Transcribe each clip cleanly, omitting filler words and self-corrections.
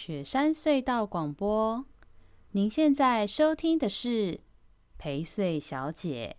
雪山隧道广播，您现在收听的是陪睡小姐。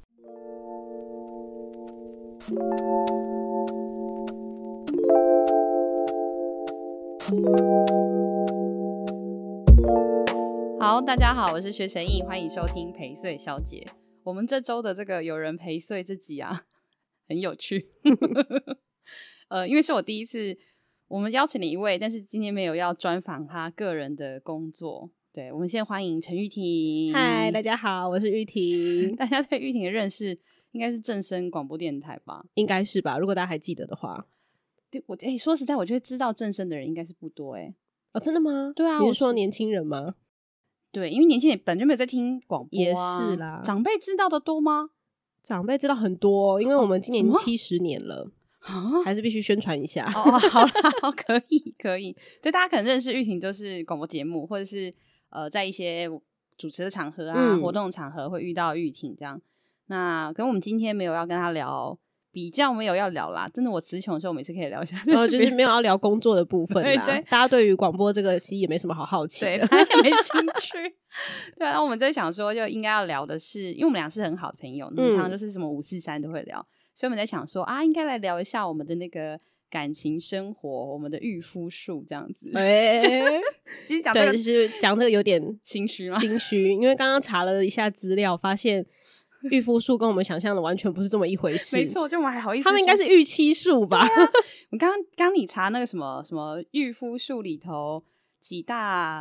好，大家好，我是薛成义，欢迎收听陪睡小姐。我们这周的这个有人陪睡这集啊，很有趣。因为是我第一次，我们邀请了一位，但是今天没有要专访他个人的工作。对，我们先欢迎陈玉婷。 嗨，大家好，我是玉婷。 大家对玉婷的认识应该是正声广播电台吧？ 应该是吧，如果大家还记得的话。 说实在，我觉得知道正声的人应该是不多哦，真的吗？ 对啊， 你是说年轻人吗？ 对，因为年轻人本来就没有在听广播也是啦。 长辈知道的多吗？ 长辈知道很多，因为我们今年70年了。还是必须宣传一下。 好啦，可以。对，大家可能认识玉婷就是广播节目，或者是在一些主持的场合啊、活动场合会遇到玉婷这样。那跟我们今天没有要跟她聊，比较没有要聊啦。真的，我词穷的时候，我每次可以聊一下。 就是没有要聊工作的部分啦。对，大家对于广播这个其实也没什么好好奇的， 对，大家也没兴趣。对啊，然后我们在想说，就应该要聊的是，因为我们俩是很好的朋友，常常就是什么543都会聊。所以我们在想说啊，应该来聊一下我们的那个感情生活，我们的御夫术这样子。其实讲这个， 就是讲这个有点心虚吗？ 心虚，因为刚刚查了一下资料，发现御夫术跟我们想象的完全不是这么一回事。 没错，就我们还好意思， 他们应该是御妻术吧？ 对啊，我刚你查那个什么御夫术里头几大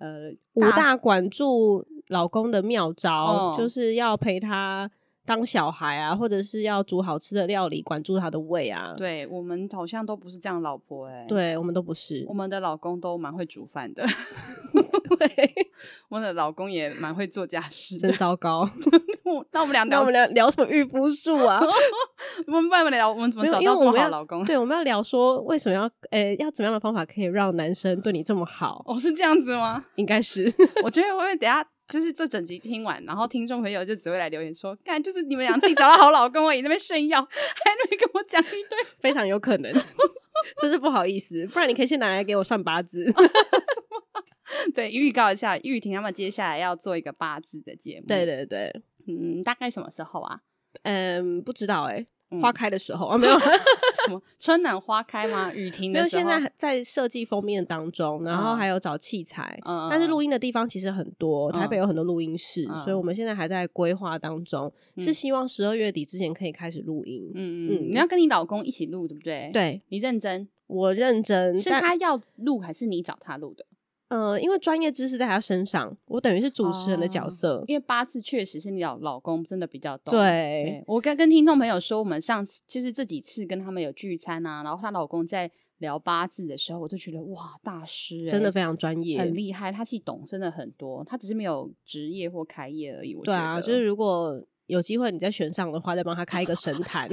5大管住老公的妙招，就是要陪他当小孩啊，或者是要煮好吃的料理管住他的胃啊。 对，我们好像都不是这样的老婆对，我们都不是， 我们的老公都蛮会煮饭的。 对， 我的老公也蛮会做家事， 真糟糕。 那我们俩聊什么御夫术啊？ 我们不然聊我们怎么找到这么好的老公？ 对，我们要聊说为什么要怎么样的方法可以让男生对你这么好？ 是这样子吗？ 应该是。 我觉得我会等一下就是这整集听完，然后听众朋友就只会来留言说，干就是你们俩自己找到好老公而已，那边炫耀，还那边跟我讲一堆， 非常有可能。真是不好意思，不然你可以先拿来给我算八字。 对，预告一下，玉婷他们接下来要做一个八字的节目。 对， 大概什么时候啊？ 不知道花开的时候没有什么春暖花开吗？雨停的时候？ 没有，现在在设计封面当中，然后还有找器材，但是录音的地方其实很多，台北有很多录音室，所以我们现在还在规划当中，是希望12月底之前可以开始录音。 你要跟你老公一起录对不对？ 对， 你认真？ 我认真。 是他要录还是你找他录的？ 因为专业知识在他身上，我等于是主持人的角色。 因为八字确实是你老公真的比较懂。 对， 我跟听众朋友说，我们上次就是这几次跟他们有聚餐啊，然后她老公在聊八字的时候，我就觉得哇，大师真的非常专业， 很厉害。他其实懂真的很多，他只是没有职业或开业而已。我觉得对啊，就是如果有机会你再选上的话，再帮他开一个神坛。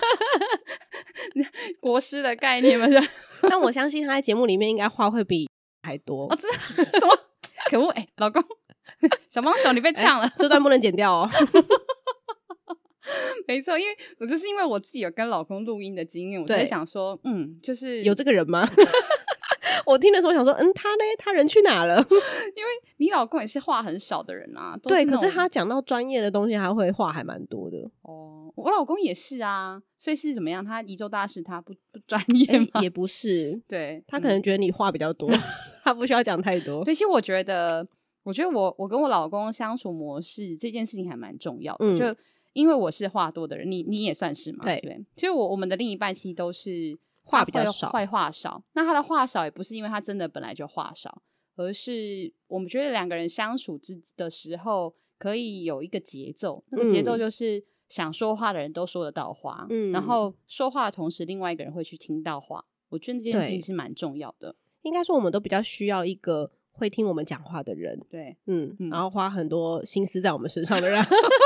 国师的概念嘛。 但我相信他在节目里面应该话会比还多。 真的？什么？可恶！老公，小帮手，你被呛了。 这段不能剪掉哦。 没错，因为我自己有跟老公录音的经验，我在想说，就是有这个人吗？我听的时候想说，他呢？他人去哪了？因为你老公也是话很少的人啊。 对，可是他讲到专业的东西，他会话还蛮多的。 我老公也是啊，所以是怎么样？他宜州大师，他不专业吗？ 也不是， 对， 他可能觉得你话比较多，他不需要讲太多。 对，其实我觉得我跟我老公相处模式这件事情还蛮重要的，就因为我是话多的人，你也算是嘛，对。其实我们的另一半其实都是话比较少， 话少。那他的话少也不是因为他真的本来就话少，而是我们觉得两个人相处的时候可以有一个节奏，那个节奏就是想说话的人都说得到话，然后说话的同时另外一个人会去听到话。我觉得这件事情是蛮重要的。 应该说我们都比较需要一个会听我们讲话的人， 对， 然后花很多心思在我们身上的人。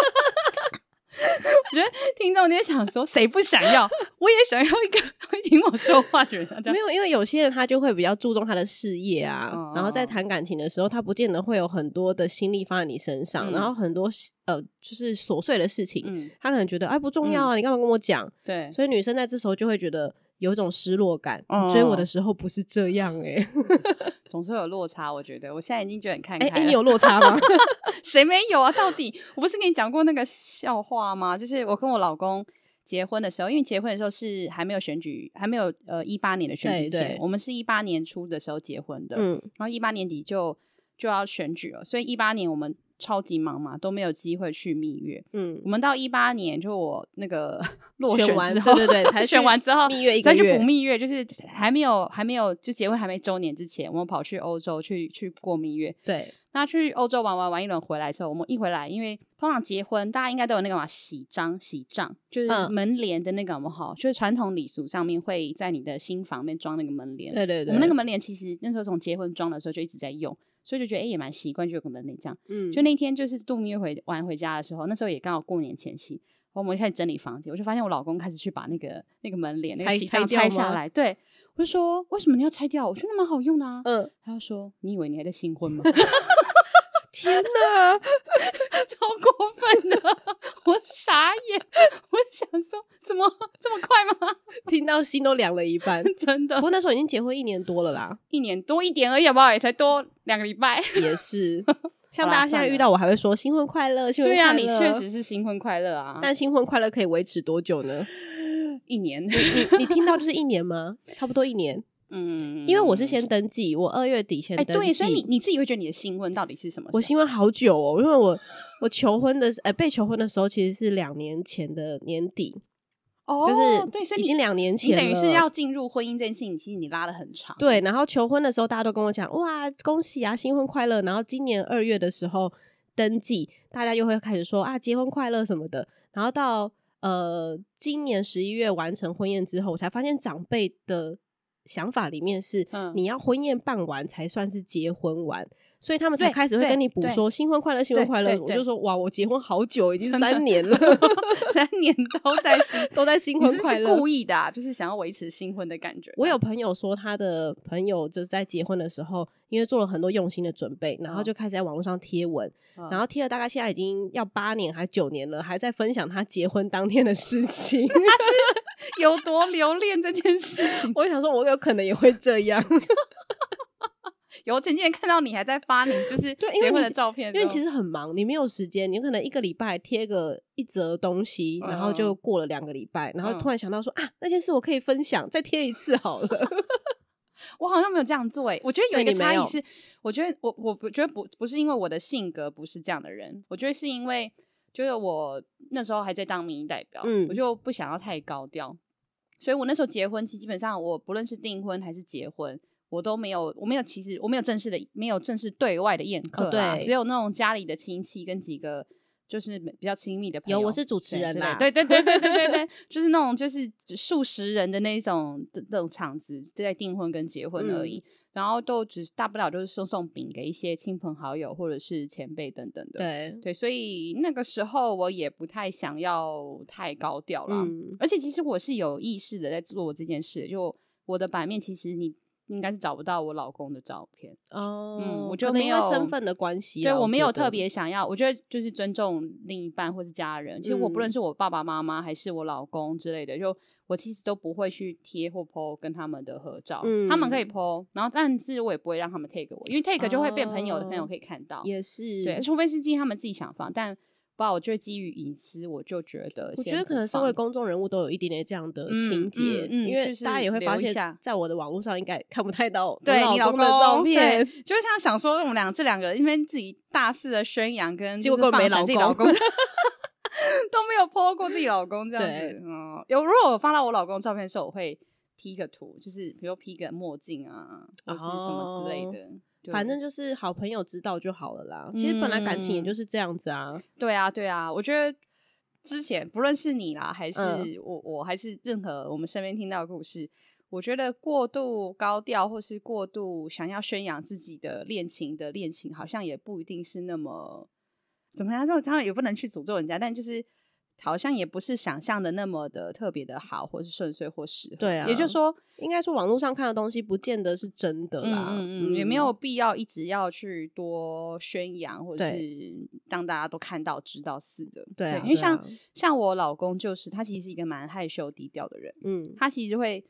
我觉得听众你也想说，谁不想要？我也想要一个会听我说话的人。 没有，因为有些人他就会比较注重他的事业啊，然后在谈感情的时候，他不见得会有很多的心力放在你身上，然后很多就是琐碎的事情，他可能觉得不重要啊，你干嘛跟我讲？ 对， 所以女生在这时候就会觉得有一种失落感。追我的时候不是这样总是有落差。我觉得我现在已经觉得很看开了。 你有落差吗？ 谁没有啊？到底我不是跟你讲过那个笑话吗？就是我跟我老公结婚的时候，因为结婚的时候是还没有选举，还没有18年的选举前，我们是18年初的时候结婚的，然后18年底就要选举了，所以18年我们超级忙嘛，都没有机会去蜜月。我们到18年就我那个落选之后， 对，才选完之后蜜月1个月， 再去补蜜月，就是还没有就结婚还没周年之前，我们跑去欧洲去过蜜月。 对， 那去欧洲玩一轮回来之后，我们一回来，因为通常结婚大家应该都有那个嘛喜账，就是门帘的那个就是传统礼俗上面会在你的新房面装那个门帘。 对， 我们那个门帘其实那时候从结婚装的时候就一直在用，所以就觉得也蛮习惯，就有个门帘这样。就那天就是度蜜月回家的时候，那时候也刚好过年前夕，我们开始整理房间，我就发现我老公开始去把那个门帘那个喜账拆下来。对，我就说为什么你要拆掉？我觉得那蛮好用的啊。他就说你以为你还在新婚吗？ 天哪， 超过分的，我傻眼，我想说怎么这么快吗？ 听到心都凉了一半。 真的。 不过那时候已经结婚1年多了啦 ，1年多一点而已好不好？也才多2个礼拜。 也是像大家现在遇到我还会说新婚快乐，新婚快乐。 对啊，你确实是新婚快乐啊。 但新婚快乐可以维持多久呢 ？1年。 你听到就是1年吗？差不多1年。因为我是先登记，我2月底先登记。 对，所以你自己会觉得你的新婚到底是什么时候？ 我新婚好久哦，因为我求婚的被求婚的时候其实是2年前的年底。就是对，所以已经2年前了， 你等于是要进入婚姻这件事情，其实你拉得很长。 对，然后求婚的时候大家都跟我讲哇恭喜啊新婚快乐，然后今年2月的时候登记，大家又会开始说啊结婚快乐什么的，然后到今年11月完成婚宴之后，我才发现长辈的想法里面是你要婚宴办完才算是结婚完，所以他们才开始会跟你补说新婚快乐新婚快乐。我就说哇我结婚好久，已经3年了 3年都在新婚快乐。 你是不是故意的啊？就是想要维持新婚的感觉。 我有朋友说他的朋友就是在结婚的时候因为做了很多用心的准备，然后就开始在网络上贴文，然后贴了大概现在已经要8年还9年了，还在分享他结婚当天的事情。 他是有多留恋这件事情？ 我想说我有可能也会这样。 有前几天看到你还在发你就是结婚的照片， 因为其实很忙，你没有时间，你可能1个礼拜贴个1则东西，然后就过了2个礼拜，然后突然想到说啊那件事我可以分享，再贴1次好了。 我好像没有这样做我觉得有一个差异是，我觉得我觉得不是因为我的性格不是这样的人，我觉得是因为就是我那时候还在当民意代表，我就不想要太高调，所以我那时候结婚基本上我不论是订婚还是结婚我没有正式对外的宴客啦，只有那种家里的亲戚跟几个就是比较亲密的朋友。 有，我是主持人啦。 对，就是那种就是数十人的那种场子，在订婚跟结婚而已。然后都只大不了就是送饼给一些亲朋好友或者是前辈等等的。对，所以那个时候我也不太想要太高调啦。而且其实我是有意识的在做这件事，就我的版面其实你应该是找不到我老公的照片我就没有身份的关系， 对，我没有特别想要，我觉得就是尊重另一半或是家人。其实我不论是我爸爸妈妈还是我老公之类的，就我其实都不会去贴或 po 跟他们的合照，他们可以 po， 然后但是我也不会让他们 take 我，因为 take 就会变朋友的朋友可以看到， 也是对，除非是他们自己想放，但不然我就基于隐私，我就觉得可能身为公众人物都有一点点这样的情节，因为大家也会发现在我的网络上应该看不太到对你老公的照片， 就会想说我们这两个因为自己大肆的宣扬跟结果根本没自己老公都没有 po 过自己老公这样子。如果我放到我老公照片的时候，我会 P 个图，就是比如 P 个墨镜啊或是什么之类的， 反正就是好朋友知道就好了啦。其实本来感情也就是这样子啊。 对啊，我觉得之前不论是你啦还是我还是任何我们身边听到的故事，我觉得过度高调或是过度想要宣扬自己的恋情好像也不一定是那么怎么样，就当然也不能去诅咒人家，但就是好像也不是想象的那么的特别的好或是顺遂或适合。 对啊， 也就是说应该说网络上看的东西不见得是真的啦。 也没有必要一直要去多宣扬或是让大家都看到知道似的。对，因为像我老公就是他其实是一个蛮害羞低调的人。他其实会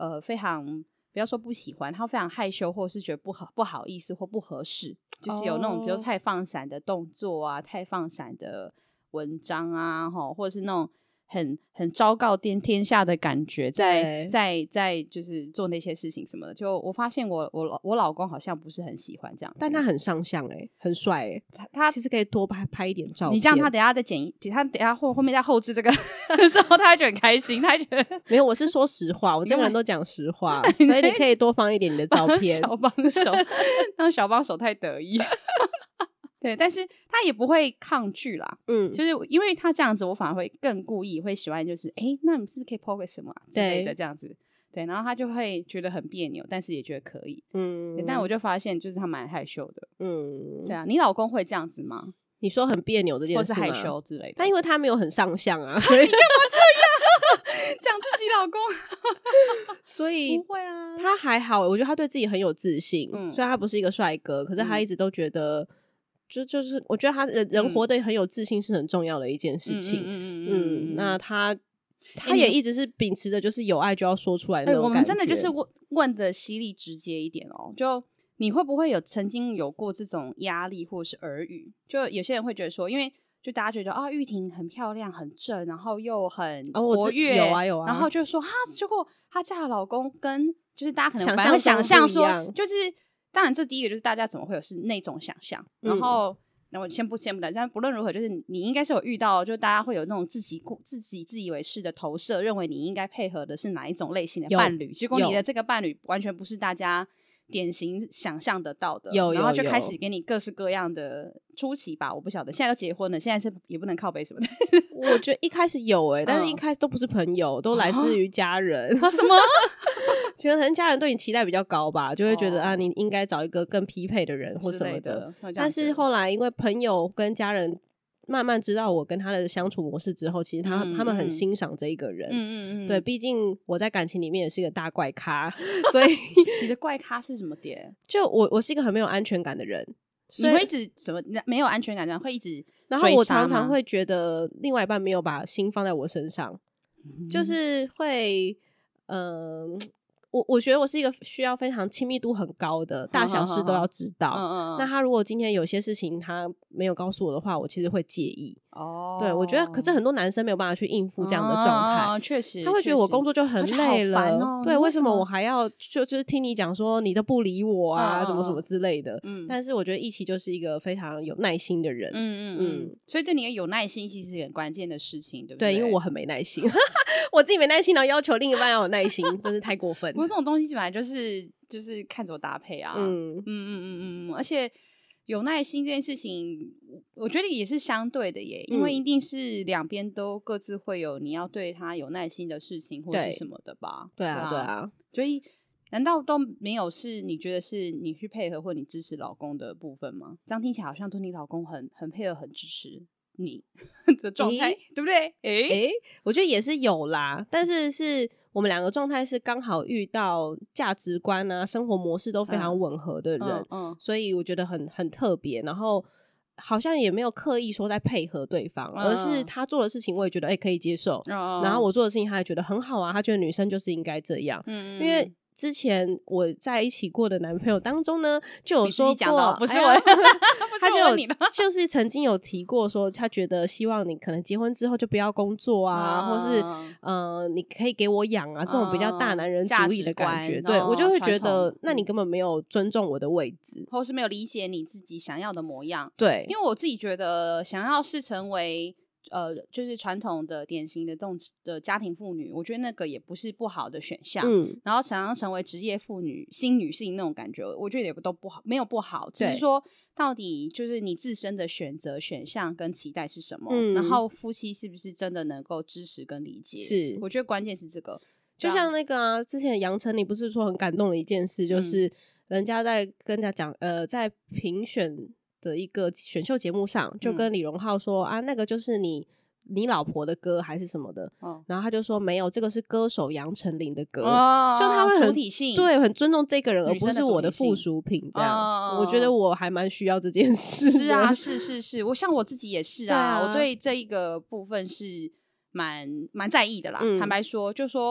非常不要说不喜欢，他非常害羞或是觉得不好意思或不合适，就是有那种比如太放闪的动作啊，太放闪的文章啊，或者是那种很昭告天下的感觉，在就是做那些事情什么的。就我发现我老公好像不是很喜欢这样子， 但他很上相很帅他其实可以多拍一点照片。 你这样他等一下再他等一下后面再后置这个的时候，他会觉得很开心，他觉得没有，我是说实话，我这个人都讲实话，所以你可以多放一点你的照片。 小帮手，让小帮手太得意。对，但是他也不会抗拒啦，就是因为他这样子，我反而会更故意会喜欢，就是那你是不是可以 po 个什么之类的这样子，对，然后他就会觉得很别扭，但是也觉得可以，但我就发现就是他蛮害羞的，对啊，你老公会这样子吗？ 你说很别扭这件事吗？ 或是害羞之类的？ 但因为他没有很上相啊，所以你干嘛这样讲自己老公？ 所以不会啊， 他还好，我觉得他对自己很有自信，虽然他不是一个帅哥，可是他一直都觉得。就是我觉得他人活得很有自信是很重要的一件事情。那他也一直是秉持着就是有爱就要说出来的那种感觉。 我们真的就是问的犀利直接一点哦。就你会不会曾经有过这种压力或者是耳语？就有些人会觉得说，因为就大家觉得玉婷很漂亮很正，然后又很活跃， 有啊， 然后就说结果她嫁的老公跟就是大家可能本来会想象说就是当然这第一个就是大家怎么会有是那种想象，然后那我先不谈，但不论如何就是你应该是有遇到就是大家会有那种自以为是的投射，认为你应该配合的是哪一种类型的伴侣，结果你的这个伴侣完全不是大家典型想象得到的，然后就开始给你各式各样的初期吧，我不晓得现在都结婚了，现在是也不能靠北什么的。 我觉得一开始有但是一开始都不是朋友，都来自于家人。 什么？ 其实可能家人对你期待比较高吧，就会觉得你应该找一个更匹配的人或什么的。但是后来因为朋友跟家人慢慢知道我跟他的相处模式之后，其实他们很欣赏这一个人。对，毕竟我在感情里面也是一个大怪咖，所以你的怪咖是什么点？ 就我是一个很没有安全感的人。 你会一直什么没有安全感，会一直然后我常常会觉得另外一半没有把心放在我身上，就是会我觉得我是一个需要非常亲密度很高的，大小事都要知道。那他如果今天有些事情他没有告诉我的话，我其实会介意。对，我觉得可是很多男生没有办法去应付这样的状态， 确实他会觉得我工作就很累了，对，为什么我还要就是听你讲说你都不理我啊，什么什么之类的。但是我觉得一起就是一个非常有耐心的人。 所以对你的有耐心其实很关键的事情，对不对？ 对，因为我很没耐心，我自己没耐心，然后要求另一半要有耐心，真是太过分。 不过这种东西本来就是看怎么搭配啊。而且有耐心这件事情我觉得也是相对的耶，因为一定是两边都各自会有你要对他有耐心的事情或是什么的吧。 对啊， 所以难道都没有是你觉得是你去配合或你支持老公的部分吗？这样听起来好像对你老公很配合很支持你的状态，对不对？ 我觉得也是有啦，但是我们两个状态是刚好遇到价值观啊生活模式都非常吻合的人，所以我觉得很特别，然后好像也没有刻意说在配合对方，而是他做的事情我也觉得可以接受，然后我做的事情他也觉得很好啊，他觉得女生就是应该这样。因为之前我在一起过的男朋友当中呢，就有说过， 不是我， 他就是曾经有提过说，他觉得希望你可能结婚之后就不要工作啊，或是你可以给我养啊，这种比较大男人主义的感觉。对，我就会觉得，那你根本没有尊重我的位置， 或是没有理解你自己想要的模样。 对， 因为我自己觉得，想要是成为就是传统的典型的这种的家庭妇女，我觉得那个也不是不好的选项。然后想要成为职业妇女新女性那种感觉，我觉得也都不好，没有不好，只是说到底就是你自身的选择选项跟期待是什么，然后夫妻是不是真的能够支持跟理解，是我觉得关键是这个。 就像那个之前杨丞琳不是说很感动的一件事，就是人家在跟人家讲在评选的一个选秀节目上，就跟李荣浩说那个就是你老婆的歌还是什么的，然后他就说没有，这个是歌手杨丞琳的歌，就他会主体性， 对，很尊重这个人，而不是我的附属品这样。我觉得我还蛮需要这件事。 是啊，是，我像我自己也是啊，我对这一个部分是蛮在意的啦。坦白说，就说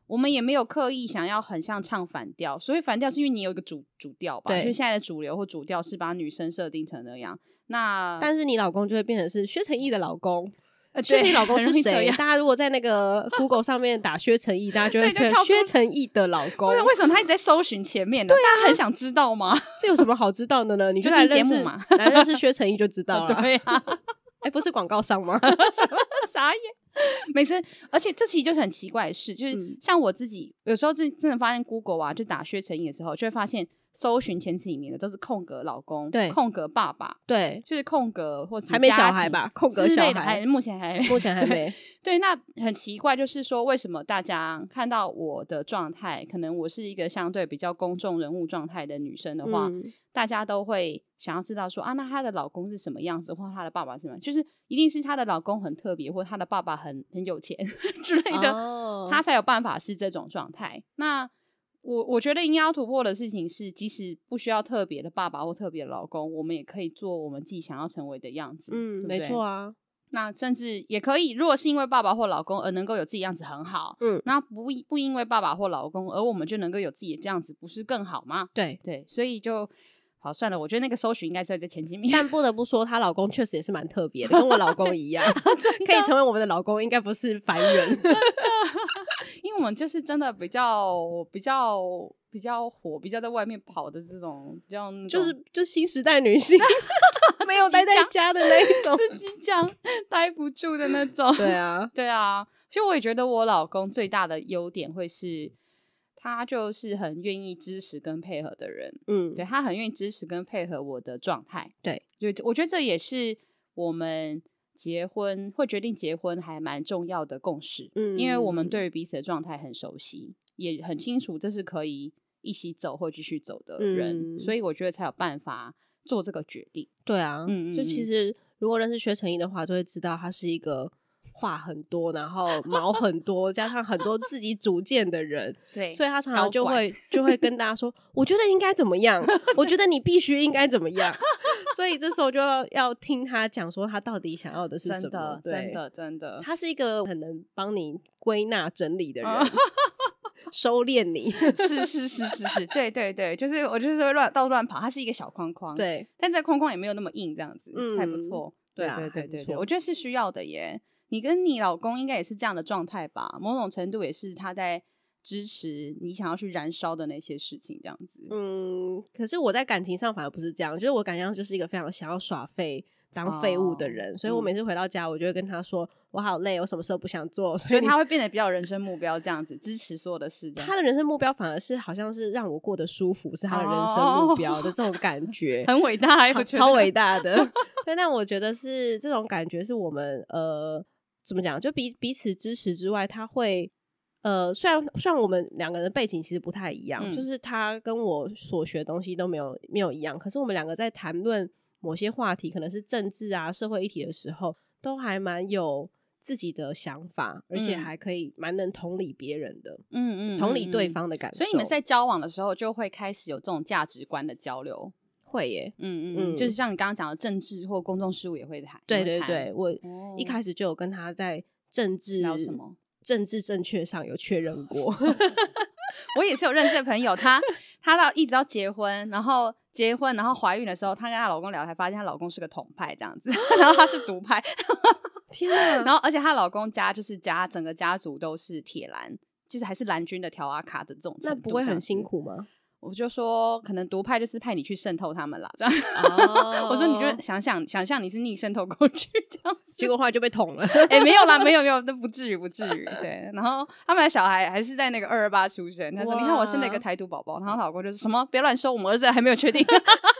我们也没有刻意想要很像唱反调，所以反调是因为你有一个主调吧，就是现在的主流或主调是把女生设定成那样，那但是你老公就会变成是薛成义的老公。薛成义老公是谁？大家如果在那个 Google 上面打薛成义，大家就会看薛成义的老公。 为什么他一直在搜寻前面呢？大家很想知道吗？ 这有什么好知道的呢？你就听节目嘛， 来认识薛成义就知道了。 对啊， 不是广告商吗？ 什么傻眼？每次，而且这其实就是很奇怪的事，就是像我自己有时候真的发现 Google 啊，就打薛成义的时候，就会发现搜寻前几名的都是空格老公， 对， 空格爸爸， 对， 就是空格或者还没小孩吧，空格小孩， 目前还没。 对，那很奇怪，就是说为什么大家看到我的状态，可能我是一个相对比较公众人物状态的女生的话，大家都会想要知道说啊，那她的老公是什么样子，或她的爸爸是什么样，就是一定是她的老公很特别，或她的爸爸很有钱之类的，她才有办法是这种状态。那我觉得应该要突破的事情是，即使不需要特别的爸爸或特别的老公，我们也可以做我们自己想要成为的样子。对不对？ 没错啊。 那甚至也可以，如果是因为爸爸或老公而能够有自己样子很好，那不因为爸爸或老公而我们就能够有自己的这样子，不是更好吗？ 对， 所以就好算了。我觉得那个搜寻应该是在前几名， 但不得不说，她老公确实也是蛮特别的，跟我老公一样，可以成为我们的老公，应该不是凡人， 真的。因为我们就是真的比较火，比较在外面跑的这种，比较就新时代女性，没有待在家的那一种， 自己讲待不住的那种。 对啊， 对啊，所以我也觉得我老公最大的优点会是，他就是很愿意支持跟配合的人。对，他很愿意支持跟配合我的状态。 对， 就我觉得这也是我们会决定结婚还蛮重要的共识。因为我们对于彼此的状态很熟悉，也很清楚这是可以一起走或继续走的人，所以我觉得才有办法做这个决定。 对啊，就其实如果认识薛成义的话，就会知道他是一个话很多，然后毛很多，加上很多自己主见的人。对，所以他常常就会跟大家说，我觉得应该怎么样，我觉得你必须应该怎么样。所以这时候就要听他讲说他到底想要的是什么。 真的， 他是一个很能帮你归纳整理的人。收敛你。 是，对，就是我就是会到处乱跑，它是一个小框框， 对， 但这框框也没有那么硬，这样子，还不错。对，我觉得是需要的耶。你跟你老公应该也是这样的状态吧？某种程度也是他在支持你想要去燃烧的那些事情，这样子。 可是我在感情上反而不是这样，就是我感情上就是一个非常想要耍废当废物的人，所以我每次回到家我就会跟他说我好累，我什么事都不想做， 所以他会变得比较有人生目标，这样子支持所有的事。 他的人生目标反而是好像是让我过得舒服，是他的人生目标的这种感觉。 很伟大， 超伟大的。对，但我觉得是这种感觉是我们怎么讲，就彼此支持之外，他会虽然我们两个人的背景其实不太一样，就是他跟我所学的东西都没有一样，可是我们两个在谈论某些话题，可能是政治啊社会议题的时候，都还蛮有自己的想法，而且还可以蛮能同理别人的，同理对方的感受。 所以你们在交往的时候就会开始有这种价值观的交流。 会耶， 就是像你刚刚讲的政治或公众事务也会谈。 对，我一开始就有跟他在政治聊什么政治正确上有确认过。 我也是有认识的朋友，她到一直到结婚，然后怀孕的时候，她跟她老公聊，才发现她老公是个统派这样子，然后她是独派。 天啊！ 然后而且她老公家就是整个家族都是铁蓝，就是还是蓝军的条阿卡的这种程度。 那不会很辛苦吗？ 我就说可能独派就是派你去渗透他们啦，这样。我说你就想象你是逆渗透过去这样子， 结果后来就被捅了。 没有啦，没有，那不至于。对，然后他们的小孩还是在那个228出生。他说你看我生了一个台独宝宝，然后老公就是什么别乱说，我们儿子还没有确定。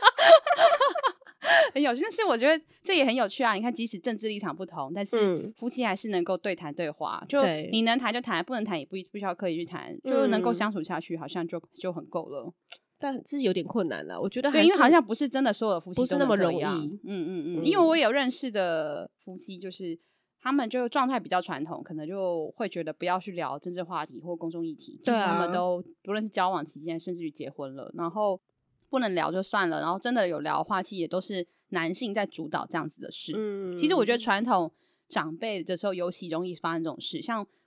很有趣，但是我觉得这也很有趣啊！你看，即使政治立场不同，但是夫妻还是能够对谈对话。就你能谈就谈，不能谈也不需要刻意去谈，就能够相处下去，好像就很够了。 但是有点困难了，我觉得对，因为好像不是真的所有的夫妻不是那么容易。 因为我也有认识的夫妻，就是他们就状态比较传统，可能就会觉得不要去聊政治话题或公众议题，即使他们都不论是交往期间，甚至于结婚了，然后不能聊就算了，然后真的有聊的话，其实也都是男性在主导这样子的事。其实我觉得传统长辈的时候尤其容易发生这种事，像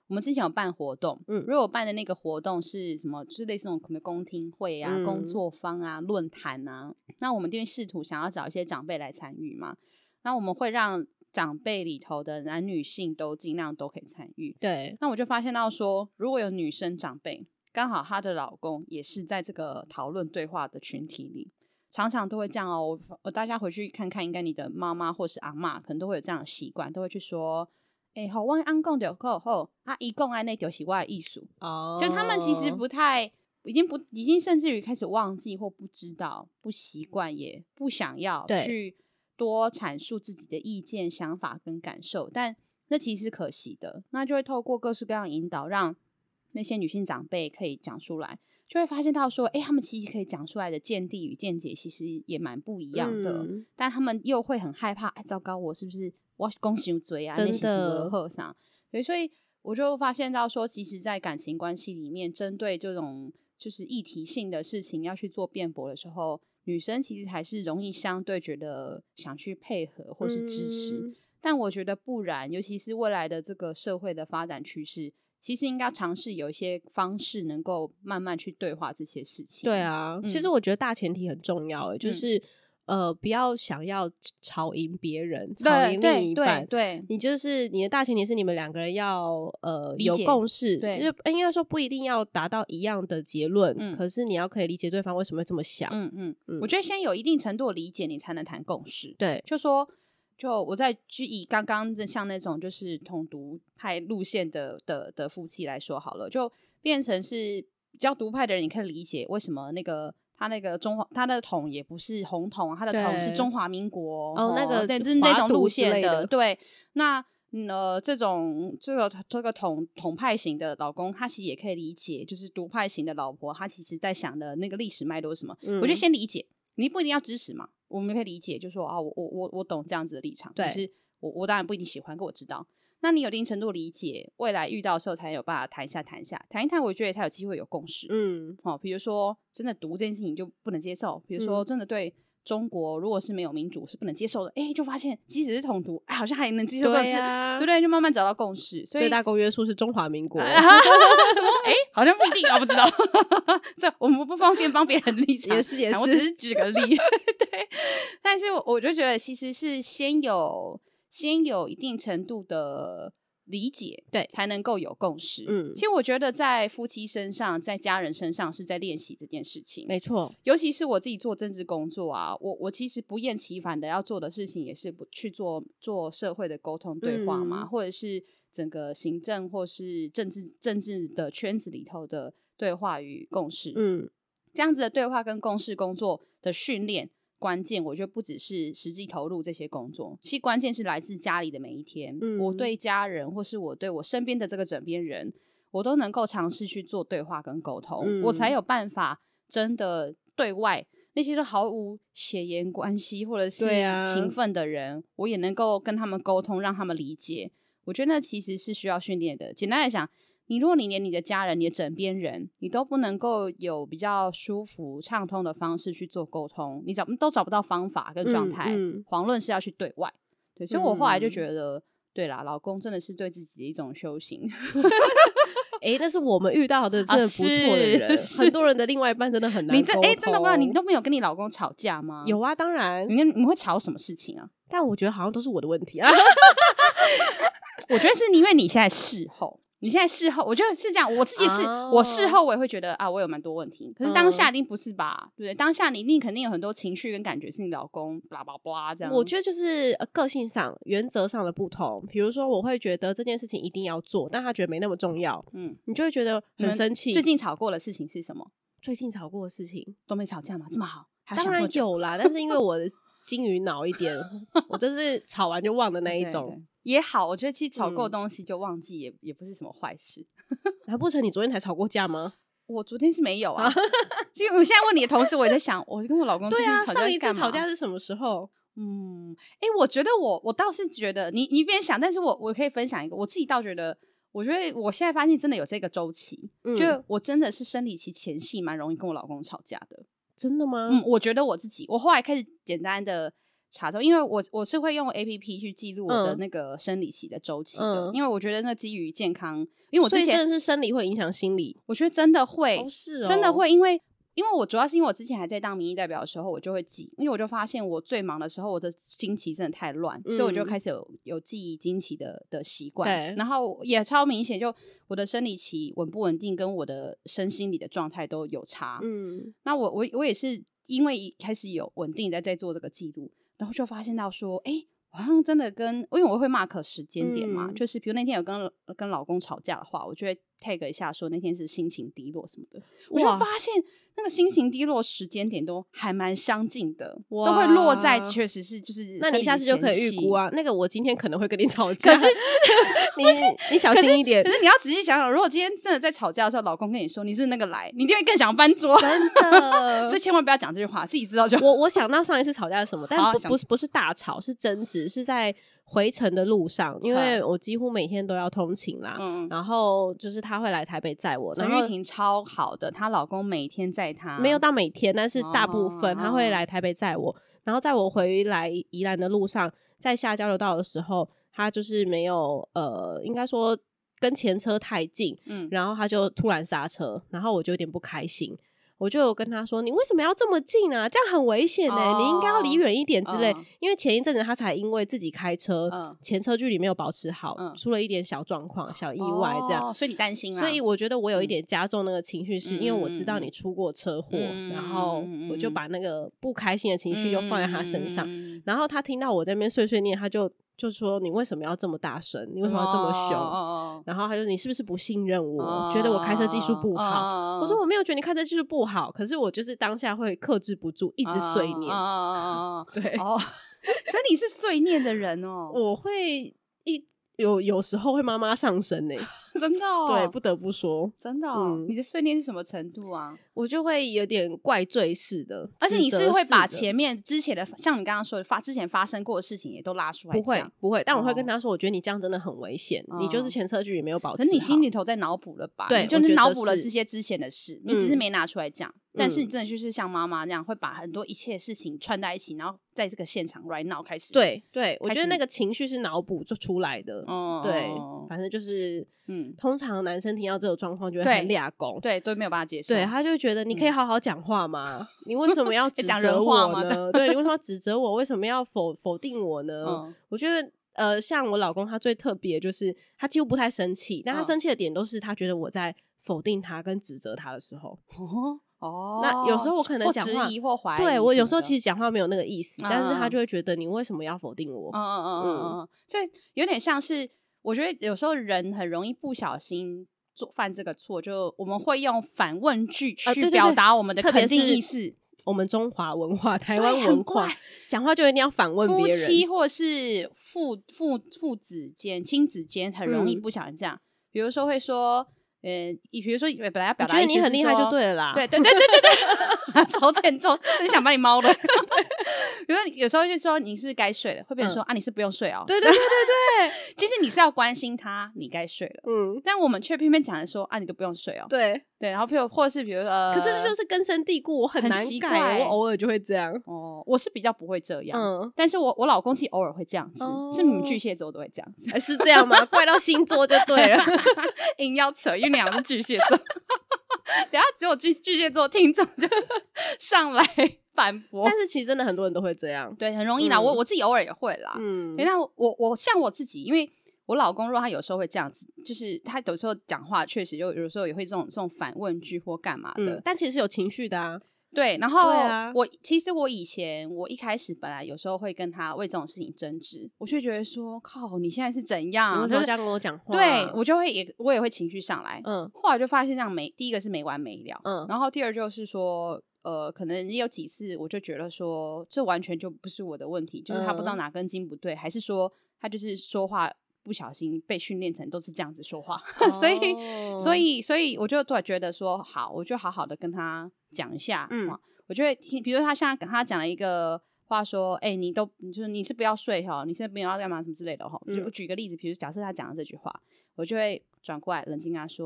我们之前有办活动，如果我办的那个活动是什么，就是类似那种可能公听会啊、工作坊啊、论坛啊，那我们就会试图想要找一些长辈来参与嘛。那我们会让长辈里头的男女性都尽量都可以参与。 对， 那我就发现到说，如果有女生长辈，刚好她的老公也是在这个讨论对话的群体里，常常都会这样哦。大家回去看看，应该你的妈妈或是阿嬷可能都会有这样的习惯，都会去说。好，我安讲就好，啊，伊讲安内就是我的意思。就他们其实不太，已经甚至于开始忘记或不知道、不习惯，也不想要去多阐述自己的意见、想法跟感受，但那其实可惜的。那就会透过各式各样的引导，让那些女性长辈可以讲出来，就会发现到说，他们其实可以讲出来的见地与见解，其实也蛮不一样的。但他们又会很害怕，糟糕，我是不是？我讲伤多啊， 真的喝上，所以我就发现到说，其实，在感情关系里面，针对这种就是议题性的事情要去做辩驳的时候，女生其实还是容易相对觉得想去配合或是支持。但我觉得不然，尤其是未来的这个社会的发展趋势，其实应该尝试有一些方式能够慢慢去对话这些事情。 对啊，其实我觉得大前提很重要，就是不要想要吵赢别人，吵赢另一半。 对， 你就是你的大前提是你们两个人要有共识， 对， 就是应该说不一定要达到一样的结论，可是你要可以理解对方为什么会这么想。 我觉得先有一定程度的理解，你才能谈共识。 对， 就我在以刚刚像那种就是统独派路线的夫妻来说好了，就变成是比较独派的人，你可以理解为什么他那个他的统也不是红统，他的统是中华民国那个对，就是那种路线的。 对，那这个统派型的老公，他其实也可以理解，就是独派型的老婆，他其实在想的那个历史脉络是什么。我觉得先理解，你不一定要支持嘛，我们可以理解，就说啊，我懂这样子的立场，可是我当然不一定喜欢，可我知道。那你有一定程度理解，未来遇到的时候才有办法谈一谈，我觉得才有机会有共识。比如说真的毒这件事情就不能接受，比如说真的对中国如果是没有民主是不能接受的，就发现即使是统独，好像还能接受这事，对不对？就慢慢找到共识。所以最大公约数是中华民国， 什么？好像不一定，我不知道。这我们不方便帮别人立场， 也是， 我只是举个例。对，但是我就觉得其实是先有一定程度的理解， 对， 才能够有共识。其实我觉得在夫妻身上，在家人身上是在练习这件事情。 没错， 尤其是我自己做政治工作啊，我其实不厌其烦的要做的事情，也是去做社会的沟通对话嘛，或者是整个行政或是政治的圈子里头的对话与共识。这样子的对话跟共识工作的训练。关键我觉得不只是实际投入这些工作，其实关键是来自家里的每一天。我对家人或是我对我身边的这个枕边人，我都能够尝试去做对话跟沟通，我才有办法真的对外那些都毫无血缘关系或者是情分的人，我也能够跟他们沟通，让他们理解。我觉得那其实是需要训练的。简单来讲，如果你连你的家人、你的枕边人，你都不能够有比较舒服、畅通的方式去做沟通，你都找不到方法跟状态，遑论是要去对外。对，所以我后来就觉得，对啦，老公真的是对自己的一种修行。 但是我们遇到的真的不错的人，很多人的另外一半真的很难沟通。 真的吗？你都没有跟你老公吵架吗？ 有啊，当然。 你会吵什么事情啊？ 但我觉得好像都是我的问题啊。 我觉得是因为你现在事后，我觉得是这样。我自己我事后我也会觉得啊，我有蛮多问题。可是当下一定不是吧？对不对？当下你一定肯定有很多情绪跟感觉是你老公blah blah blah这样。 我觉得就是个性上、原则上的不同。比如说，我会觉得这件事情一定要做，但他觉得没那么重要。你就会觉得很生气。 最近吵过的事情是什么？ 最近吵过的事情都没吵架吗？这么好？ 当然有啦，但是因为我的金鱼脑一点，我真是吵完就忘的那一种。 对也好，我觉得其实吵过的东西就忘记也不是什么坏事。 难不成你昨天才吵过架吗？ 我昨天是没有啊。其实我现在问你的同时，我也在想，我跟我老公最近吵架上一次吵架是什么时候？ 我觉得我倒是觉得你一边想，但是我可以分享一个，我自己倒觉得，我觉得我现在发现真的有这个周期，就我真的是生理期前戏蛮容易跟我老公吵架的。 真的吗？ 我觉得我自己，我后来开始简单的查之后，因为我是会用 APP 去记录我的那个生理期的周期的，因为我觉得那基于健康，因为我之前所以真的是生理会影响心理， 我觉得真的会， 是哦， 真的会，因为我主要是因为我之前还在当民意代表的时候，我就会记，因为我就发现我最忙的时候，我的经期真的太乱，所以我就开始有记经期的习惯，然后也超明显，就我的生理期稳不稳定，跟我的身心理的状态都有差。那我也是因为开始有稳定在做这个记录，然后就发现到说，好像真的因为我会 mark 时间点嘛，就是比如那天有跟老公吵架的话，我就会 tag 一下说那天是心情低落什么的，我就发现那个心情低落时间点都还蛮相近的，都会落在确实是就是那你下次就可以预估啊，那个我今天可能会跟你吵架，可是你小心一点。 可是你要仔细想想，如果今天真的在吵架的时候，老公跟你说你是那个来，你一定会更想翻桌， 真的。 所以千万不要讲这句话，自己知道就好。 我想到上一次吵架是什么，但不是大吵，是争执，是在回程的路上，因为我几乎每天都要通勤啦，然后就是他会来台北载我， 陈玉婷超好的，她老公每天载她， 没有到每天，但是大部分他会来台北载我，然后在我回来宜兰的路上，在下交流道的时候，他就是没有应该说跟前车太近，然后他就突然刹车，然后我就有点不开心。我就有跟他说，你为什么要这么近啊？这样很危险你应该要离远一点之类。因为前一阵子他才因为自己开车，前车距离没有保持好，出了一点小状况、小意外这样， 所以你担心啦。 所以我觉得我有一点加重那个情绪，是因为我知道你出过车祸，然后我就把那个不开心的情绪又放在他身上，然后他听到我在那边碎碎念，他就说你为什么要这么大声？你为什么要这么凶？然后他就你是不是不信任我？觉得我开车技术不好？我说我没有觉得你开车技术不好，可是我就是当下会克制不住，一直碎念。对， 所以你是碎念的人哦。 我会有时候会妈妈上身真的哦。 对，不得不说， 真的哦。你的碎念是什么程度啊？ 我就会有点怪罪式的， 而且你是会把前面之前的，像你刚刚说的之前发生过的事情也都拉出来讲。 不会，但我会跟他说，我觉得你这样真的很危险，你就是前车距离没有保持好。 可是你心里头在脑补了吧？ 对， 你就是脑补了这些之前的事，你只是没拿出来讲。但是你真的就是像妈妈那样，会把很多一切事情串在一起，然后在这个现场 right now 开始。 对，我觉得那个情绪是脑补就出来的。对，反正就是通常男生听到这种状况就会很俩公， 对，都没有办法接受。 对，他就觉得你可以好好讲话吗？你为什么要指责我呢？对，你为什么要指责我？为什么要否定我呢？我觉得像我老公他最特别就是他几乎不太生气，但他生气的点都是他觉得我在否定他跟指责他的时候。那有时候我可能讲话或质疑或怀疑， 对，我有时候其实讲话没有那个意思，但是他就会觉得你为什么要否定我？ 所以有点像是我觉得有时候人很容易不小心犯这个错，就我们会用反问句去表达我们的肯定意思。 我们中华文化、台湾文化，讲话就一定要反问别人。 夫妻或是父子间、亲子间，很容易不小心这样。比如说会说。比如说本来要表达意思是说， 我觉得你很厉害就对了啦。 对，超欠揍，真想把你猫了。比如说有时候就说你是该睡了，会变成说啊你是不用睡哦。 对， 其实你是要关心他，你该睡了。但我们却偏偏讲的说啊你都不用睡哦。 对， 然后或是比如可是这就是根深蒂固，我很难改，我偶尔就会这样。 我是比较不会这样，但是我老公其实偶尔会这样子，是你们巨蟹座都会这样子， 是这样吗？怪到星座就对了， 硬要扯，因为两个是巨蟹座。等下只有巨蟹座听众就上来反驳， 但是其实真的很多人都会这样， 对，很容易啦。我自己偶尔也会啦。那我像我自己，因为我老公如果他有时候会这样子，就是他有时候讲话确实有时候也会这种反问句或干嘛的， 但其实是有情绪的啊。 对，然后其实我一开始本来有时候会跟他为这种事情争执，我就觉得说靠，你现在是怎样？ 你为什么这样跟我讲话？ 对，我也会情绪上来。后来就发现这样第一个是没完没了，然后第二就是说可能也有几次我就觉得说这完全就不是我的问题，就是他不知道哪根筋不对，还是说他就是说话不小心被训练成都是这样子说话，所以我就突然觉得说好，我就好好的跟他讲一下。我就会比如说他现在跟他讲了一个话说你是不要睡你现在不要干嘛什么之类的就我举个例子，比如假设他讲了这句话，我就会转过来冷静跟他说，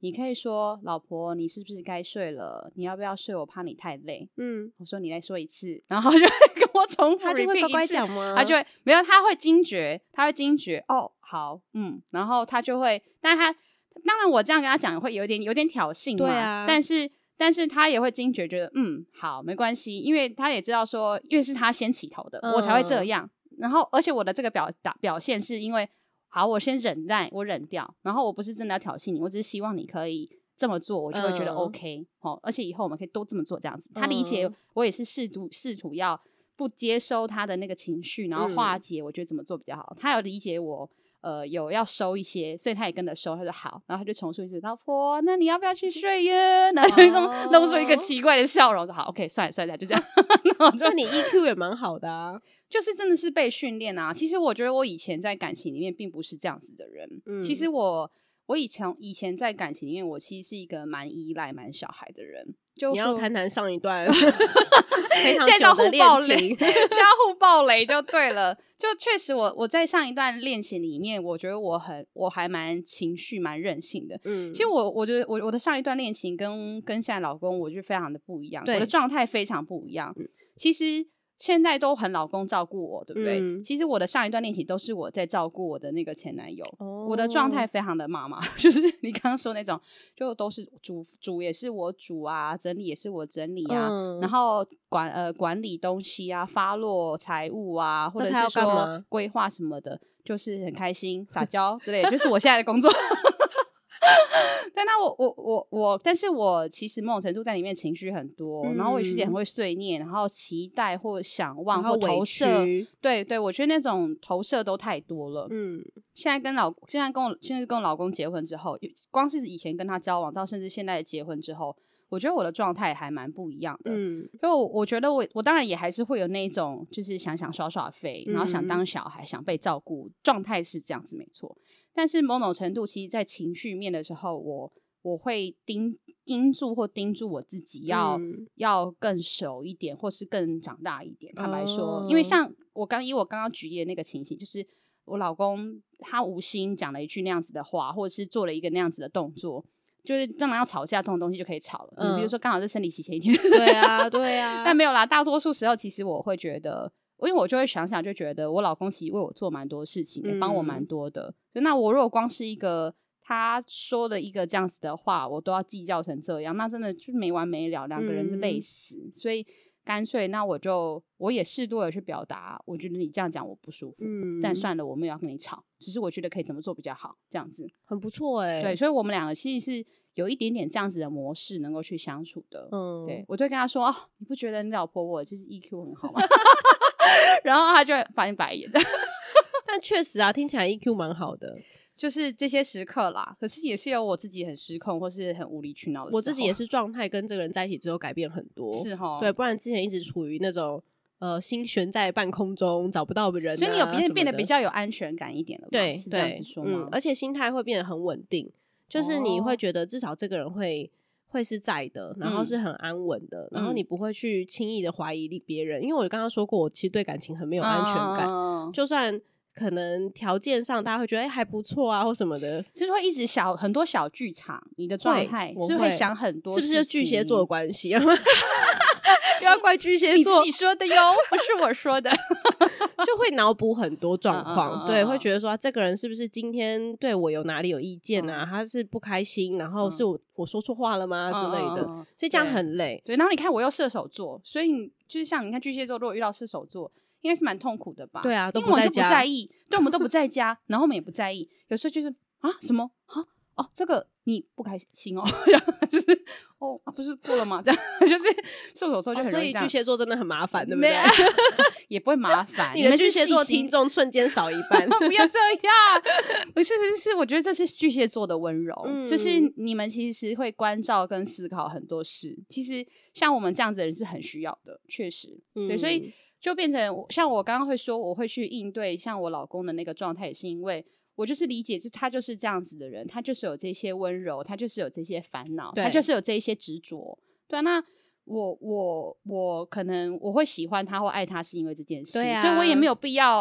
你可以说老婆你是不是该睡了，你要不要睡，我怕你太累。我说你再说一次，然后他就会跟我重复 repeat 一次。他就会乖乖讲吗？他就会没有，他会惊觉哦好然后他就会，但他当然我这样跟他讲会有点挑衅嘛，对啊，但是他也会惊觉觉得好没关系，因为他也知道说因为是他先起头的，我才会这样。然后而且我的这个表现是因为好我先忍耐，我忍掉，然后我不是真的要挑衅你，我只是希望你可以这么做，我就会觉得 OK、而且以后我们可以都这么做这样子。他理解我也是试图要不接收他的那个情绪，然后化解我觉得怎么做比较好。他有理解我有要收一些，所以他也跟着收，他说好，然后他就重述一句老婆那你要不要去睡耶，然后弄出一个奇怪的笑容，说好 OK 算了就这样。 那你 EQ 也蛮好的啊， 就是真的是被训练啊。其实我觉得我以前在感情里面并不是这样子的人，其实我以前在感情里面我其实是一个蛮依赖蛮小孩的人。就你要谈上一段非常久的恋情， 现在互爆雷就对了。就确实我在上一段恋情里面，我觉得我还蛮情绪蛮任性的。其实我觉得我的上一段恋情跟现在老公我觉得非常的不一样，我的状态非常不一样。其实现在都很老公照顾我，对不对？其实我的上一段恋情都是我在照顾我的那个前男友，我的状态非常的妈妈，就是你刚刚说那种，就都是煮也是我煮啊，整理也是我整理啊，然后管理东西啊，发落财务啊，或者是说规划什么的，就是很开心撒娇之类的，就是我现在的工作。对，那但是我其实某种程度在里面情绪很多，然后我其实也很会碎念，然后期待或想望或投射，对，我觉得那种投射都太多了。现在跟我老公结婚之后，光是以前跟他交往到甚至现在结婚之后，我觉得我的状态还蛮不一样的。就我觉得我当然也还是会有那种就是想耍废，然后想当小孩，想被照顾，状态是这样子没错。但是某种程度其实在情绪面的时候，我会盯住我自己要更熟一点，或是更长大一点。坦白说，因为像以我刚刚举例的那个情形，就是我老公他无心讲了一句那样子的话，或者是做了一个那样子的动作，就是当然要吵架这种东西就可以吵了。比如说刚好是生理期前一天， 对啊但没有啦，大多数时候其实我会觉得，因为我就会想就觉得我老公其实为我做蛮多事情，也帮我蛮多的。那我如果光是一个他说的一个这样子的话，我都要计较成这样，那真的就没完没了，两个人是累死。所以干脆那我也适度的去表达，我觉得你这样讲我不舒服，但算了，我没有要跟你吵，只是我觉得可以怎么做比较好，这样子很不错对，所以我们两个其实是有一点点这样子的模式能够去相处的。对，我就跟他说你不觉得你老婆我就是 EQ 很好吗？然后他就翻一白眼。 但确实啊，听起来 EQ 蛮好的， 就是这些时刻啦。可是也是有我自己很失控或是很无理取闹的时候。 我自己也是状态跟这个人在一起之后改变很多， 是齁。 对，不然之前一直处于那种心悬在半空中找不到人所以你有变得比较有安全感一点了吗？ 对， 是这样子说吗？ 而且心态会变得很稳定，就是你会觉得至少这个人会是在的，然后是很安稳的，然后你不会去轻易的怀疑别人。因为我刚刚说过，我其实对感情很没有安全感，就算可能条件上大家会觉得还不错啊或什么的， 是会一直很多小剧场，你的状态是会想很多事情， 是不是巨蟹座的关系啊？不要怪巨蟹座， 你自己说的哟，不是我说的。 就会脑补很多状况，对，会觉得说这个人是不是今天对我有哪里有意见啊？他是不开心，然后是我说错话了吗之类的，所以这样很累。 对，然后你看我又射手座，所以就是像你看巨蟹座，如果遇到射手座，应该是蛮痛苦的吧？ 对啊， 因为我们就不在意，对，我们都不在家，然后我们也不在意，有时候就是什么这个你不开心就是不是过了吗？这样就是射手座就很容易这样， 所以巨蟹座真的很麻烦，对不对？ 也不会麻烦， 你的巨蟹座听众瞬间少一半， 不要这样。不是，我觉得这是巨蟹座的温柔，就是你们其实会关照跟思考很多事，其实像我们这样子的人是很需要的，确实，对，所以就变成像我刚刚会说，我会去应对像我老公的那个状态，也是因为我就是理解，他就是这样子的人，他就是有这些温柔，他就是有这些烦恼，他就是有这一些执着。对啊，那我可能我会喜欢他或爱他是因为这件事，所以我也没有必要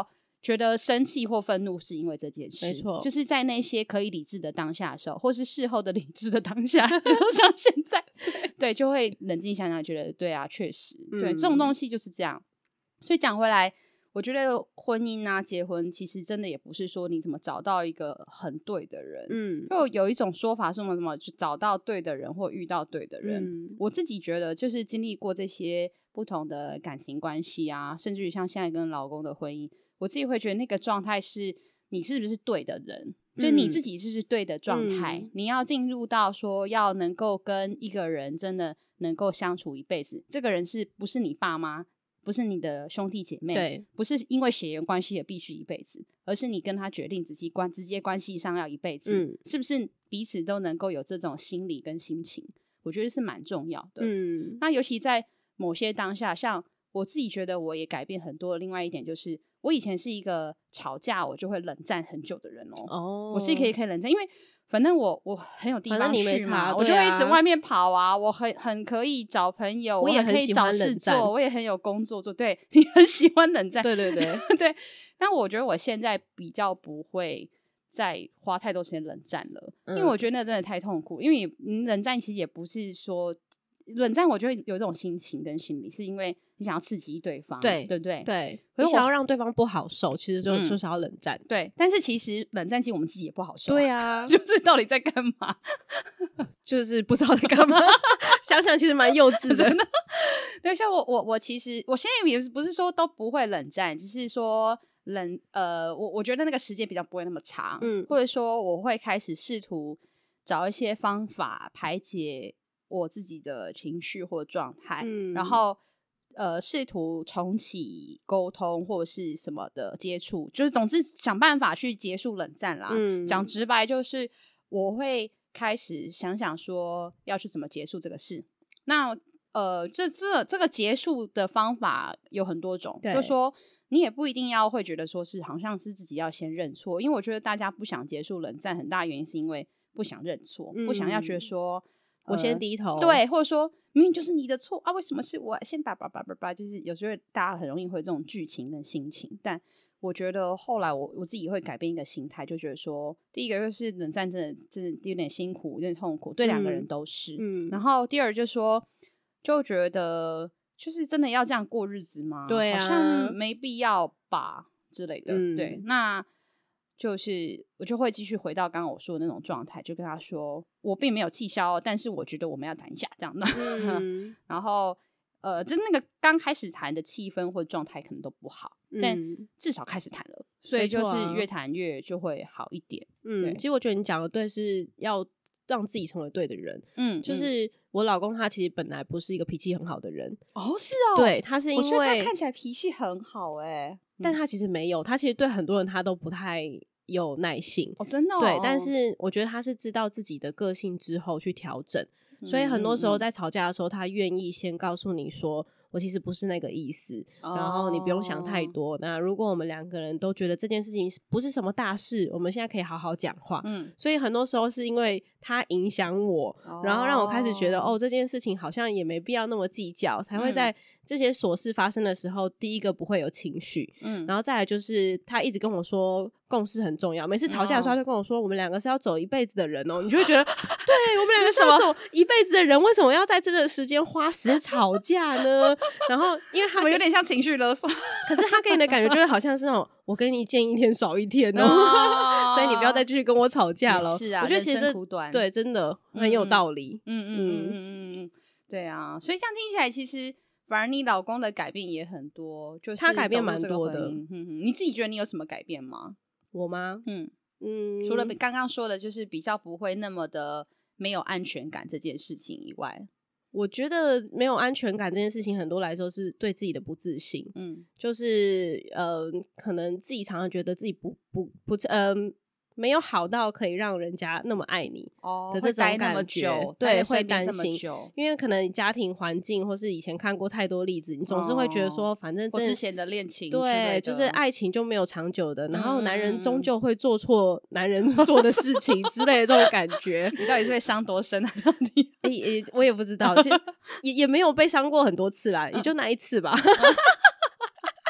觉得生气或愤怒是因为这件事， 没错， 就是在那些可以理智的当下的时候，或是事后的理智的当下像现在对就会冷静想想，觉得对啊，确实对，这种东西就是这样。所以讲回来，我觉得婚姻啊结婚其实真的也不是说你怎么找到一个很对的人，就有一种说法是什么去找到对的人或遇到对的人，我自己觉得就是经历过这些不同的感情关系啊，甚至于像现在跟老公的婚姻，我自己会觉得那个状态是你是不是对的人，就你自己是不是对的状态，你要进入到说要能够跟一个人真的能够相处一辈子，这个人是不是你爸妈，不是你的兄弟姐妹， 对， 不是因为血缘关系也必须一辈子，而是你跟他决定直接关系上要一辈子，是不是彼此都能够有这种心理跟心情，我觉得是蛮重要的。那尤其在某些当下，像我自己觉得我也改变很多的另外一点就是我以前是一个吵架我就会冷战很久的人我是可以冷战，因为反正我很有地方去嘛，我就会一直外面跑啊，我很可以找朋友，我也可以找事做，我也很有工作做，对，你很喜欢冷战， 对对对对，但我觉得我现在比较不会再花太多时间冷战了，因为我觉得那真的太痛苦，因为你冷战其实也不是说冷战，我就会有这种心情跟心理，是因为你想要刺激对方，对不对？ 对，你想要让对方不好受，其实就是要冷战。 对，但是其实冷战其实我们自己也不好受。 对啊， 就是到底在干嘛？ 就是不知道在干嘛。想想其实蛮幼稚的。 真的对，像我其实我现在也不是说都不会冷战，只是说我觉得那个时间比较不会那么长，或者说我会开始试图找一些方法排解我自己的情绪或状态，然后试图重启沟通或者是什么的接触，就是总之想办法去结束冷战啦。讲直白就是我会开始想想说要去怎么结束这个事。那这个结束的方法有很多种，就是说你也不一定要会觉得说是好像是自己要先认错，因为我觉得大家不想结束冷战很大原因是因为不想认错，不想要觉得说我先低头， 对，或者说明明就是你的错啊，为什么是我先叭，就是有时候大家很容易会有这种剧情跟心情。但我觉得后来我自己会改变一个心态，就觉得说第一个就是冷战真的有点辛苦，有点痛苦，对两个人都是。然后第二就是说就觉得就是真的要这样过日子吗？ 对啊， 好像没必要吧之类的。对，那就是我就会继续回到刚刚我说的那种状态，就跟他说我并没有气消，但是我觉得我们要谈一下这样的。然后就是那个刚开始谈的气氛或者状态可能都不好，但至少开始谈了，所以就是越谈越就会好一点。 其实我觉得你讲的对，是要让自己成为对的人。就是我老公他其实本来不是一个脾气很好的人。 是哦， 对，他是因为我觉得他看起来脾气很好但他其实没有，他其实对很多人他都不太有耐性。 真的对，但是我觉得他是知道自己的个性之后去调整，所以很多时候在吵架的时候他愿意先告诉你说我其实不是那个意思，然后你不用想太多。那如果我们两个人都觉得这件事情不是什么大事，我们现在可以好好讲话。所以很多时候是因为他影响我，然后让我开始觉得这件事情好像也没必要那么计较，才会在这些琐事发生的时候第一个不会有情绪。然后再来就是他一直跟我说共识很重要，每次吵架的时候他就跟我说我们两个是要走一辈子的人你就会觉得对，我们两个是要走一辈子的人，为什么要在这个时间花时间吵架呢？然后因为他怎么有点像情绪勒索可是他给你的感觉就会好像是那种我跟你见一天少一天所以你不要再继续跟我吵架了。 是啊， 我觉得其实对真的很有道理。 对啊，所以这样听起来其实反而你老公的改变也很多，就是他改变蛮多的。 你自己觉得你有什么改变吗？ 我吗？ 除了刚刚说的就是比较不会那么的没有安全感这件事情以外， 我觉得没有安全感这件事情很多来说是对自己的不自信。就是可能自己常常觉得自己不没有好到可以让人家那么爱你的这种感觉。对，会担心，因为可能家庭环境或是以前看过太多例子，你总是会觉得说反正我之前的恋情对，就是爱情就没有长久的，然后男人终究会做错男人做的事情之类的这种感觉。 你到底是被伤多深啊？到底我也不知道，其实也没有被伤过很多次啦，也就那一次吧。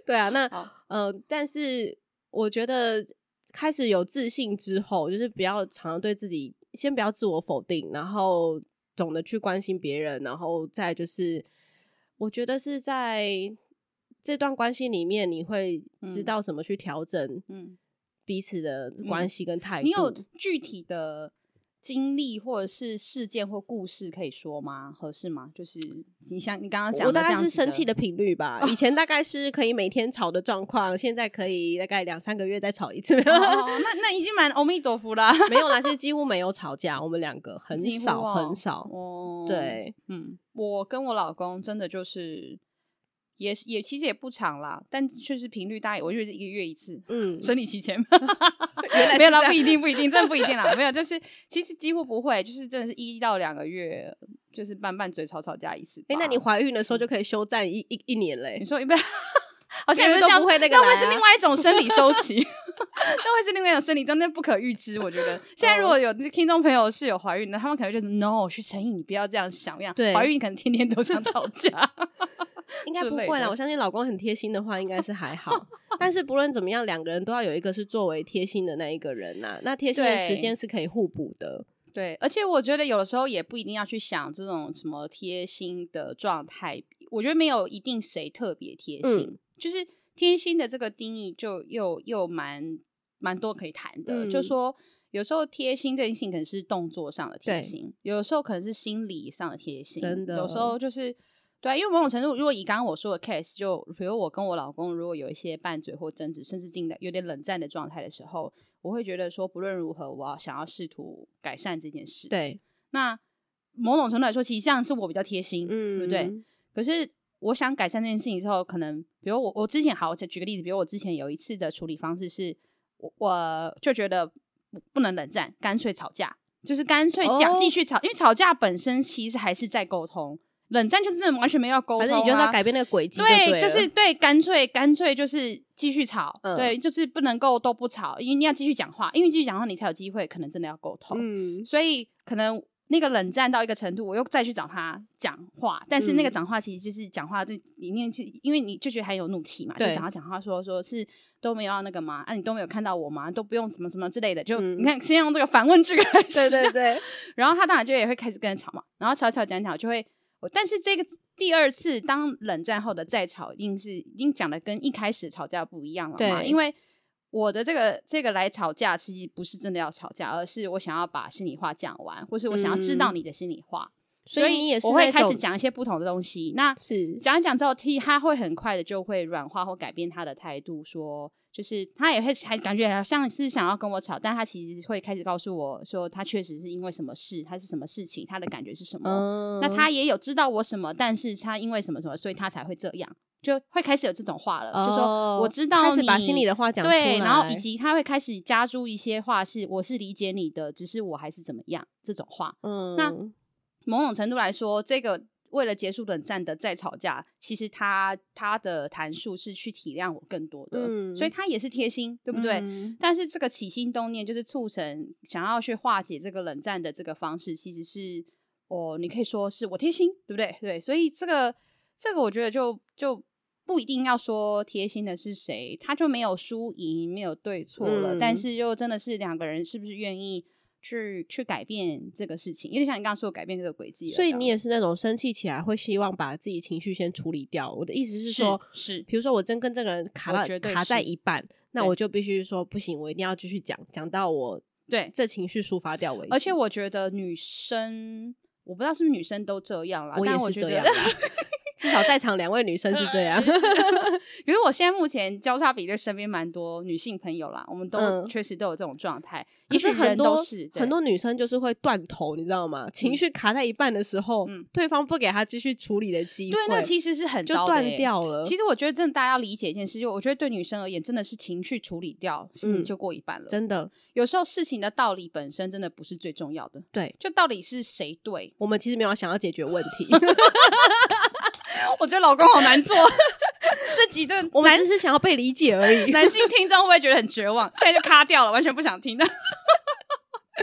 对啊，那但是我觉得开始有自信之后，就是不要常常对自己，先不要自我否定，然后懂得去关心别人，然后再就是我觉得是在这段关系里面你会知道怎么去调整彼此的关系跟态度。 你有具体的经历或者是事件或故事可以说吗？合适吗？就是你像你刚刚讲的， 我大概是生气的频率吧。以前大概是可以每天吵的状况，现在可以大概2-3个月再吵一次。 那已经蛮阿弥陀佛啦。 没有啦，是几乎没有吵架，我们2个很少很少。对， 我跟我老公真的就是也其实也不长啦，但确实频率大概我觉得是1个月1次。生理期前没有啦，不一定，真的不一定啦。没有，就是其实几乎不会，就是真的是1到2个月，就是拌嘴吵架一次。 那你怀孕的时候就可以休战一年嘞。 你说一般好像也是这样， 不会那个那会是另外一种生理周期。那会是另外一种生理，真的不可预知。我觉得现在如果有听众朋友是有怀孕的，他们可能就是 no 徐承义，你不要这样想，怀孕可能天天都想吵架。 应该不会啦，我相信老公很贴心的话应该是还好。但是不论怎么样，2个人都要有一个是作为贴心的那一个人啊，那贴心的时间是可以互补的。 对，而且我觉得有的时候也不一定要去想这种什么贴心的状态，我觉得没有一定谁特别贴心，就是贴心的这个定义就又蛮多可以谈的。就说有时候贴心这件事情可能是动作上的贴心，有的时候可能是心理上的贴心，真的有时候就是对，因为某种程度，如果以刚刚我说的 case， 就比如我跟我老公如果有一些拌嘴或争执，甚至有点冷战的状态的时候，我会觉得说不论如何，我想要试图改善这件事。 对， 那某种程度来说，其实这样是我比较贴心，对不对？可是我想改善这件事情之后，可能比如我之前好，举个例子，比如我之前有一次的处理方式是，我就觉得不能冷战，干脆吵架，就是干脆继续吵，因为吵架本身其实还是在沟通。冷战就是完全没有沟通， 反正你就是要改变那个轨迹， 对，就是对，干脆就是继续吵，对，就是不能够都不吵，因为你要继续讲话，因为继续讲话你才有机会，可能真的要沟通，所以可能那个冷战到一个程度，我又再去找他讲话，但是那个讲话其实就是讲话这里面是因为你就觉得还有怒气嘛，就讲话说是都没有要那个吗？你都没有看到我吗？都不用什么什么之类的，就你看先用这个反问句开始， 对， 然后他当然就也会开始跟人吵嘛，然后吵讲就会。但是这个第2次当冷战后的再吵，已经讲的跟一开始吵架不一样了嘛？因为我的这个来吵架，其实不是真的要吵架，而是我想要把心里话讲完，或是我想要知道你的心里话，所以我会开始讲一些不同的东西。那讲一讲之后，他会很快的就会软化或改变他的态度，说。就是他也会还感觉好像是想要跟我吵，但他其实会开始告诉我说他确实是因为什么事，他是什么事情，他的感觉是什么，那他也有知道我什么，但是他因为什么什么所以他才会这样，就会开始有这种话了，就说我知道你开始把心里的话讲出来， 对，然后以及他会开始加诸一些话是我是理解你的，只是我还是怎么样这种话。那某种程度来说，这个为了结束冷战的再吵架，其实他的谈述是去体谅我更多的，所以他也是贴心，对不对？但是这个起心动念就是促成想要去化解这个冷战的这个方式，其实是你可以说是我贴心，对不对？对，所以这个我觉得就不一定要说贴心的是谁，他就没有输赢，没有对错了，但是又真的是2个人是不是愿意去改变这个事情，有点像你刚刚说的改变这个轨迹。 所以你也是那种生气起来会希望把自己情绪先处理掉。我的意思是说，是比如说我真跟这个人卡在一半，那我就必须说不行，我一定要继续讲到我对这情绪抒发掉为止。 而且我觉得女生，我不知道是不是女生都这样啦， 我也是这样啦。至少在场2位女生是这样。 可是我现在目前交叉比对身边蛮多女性朋友啦，我们都确实都有这种状态。 可是很多女生就是会断头，你知道吗？情绪卡在一半的时候，对方不给她继续处理的机会， 对，那其实是很糟的， 就断掉了。 其实我觉得真的大家要理解一件事，就我觉得对女生而言，真的是情绪处理掉，事情就过一半了。 真的， 有时候事情的道理本身真的不是最重要的。 对， 就到底是谁对， 我们其实没有想要解决问题。 我觉得老公好难做。这几顿我们只是想要被理解而已。 男性听众会不会觉得很绝望？现在就卡掉了，完全不想听的。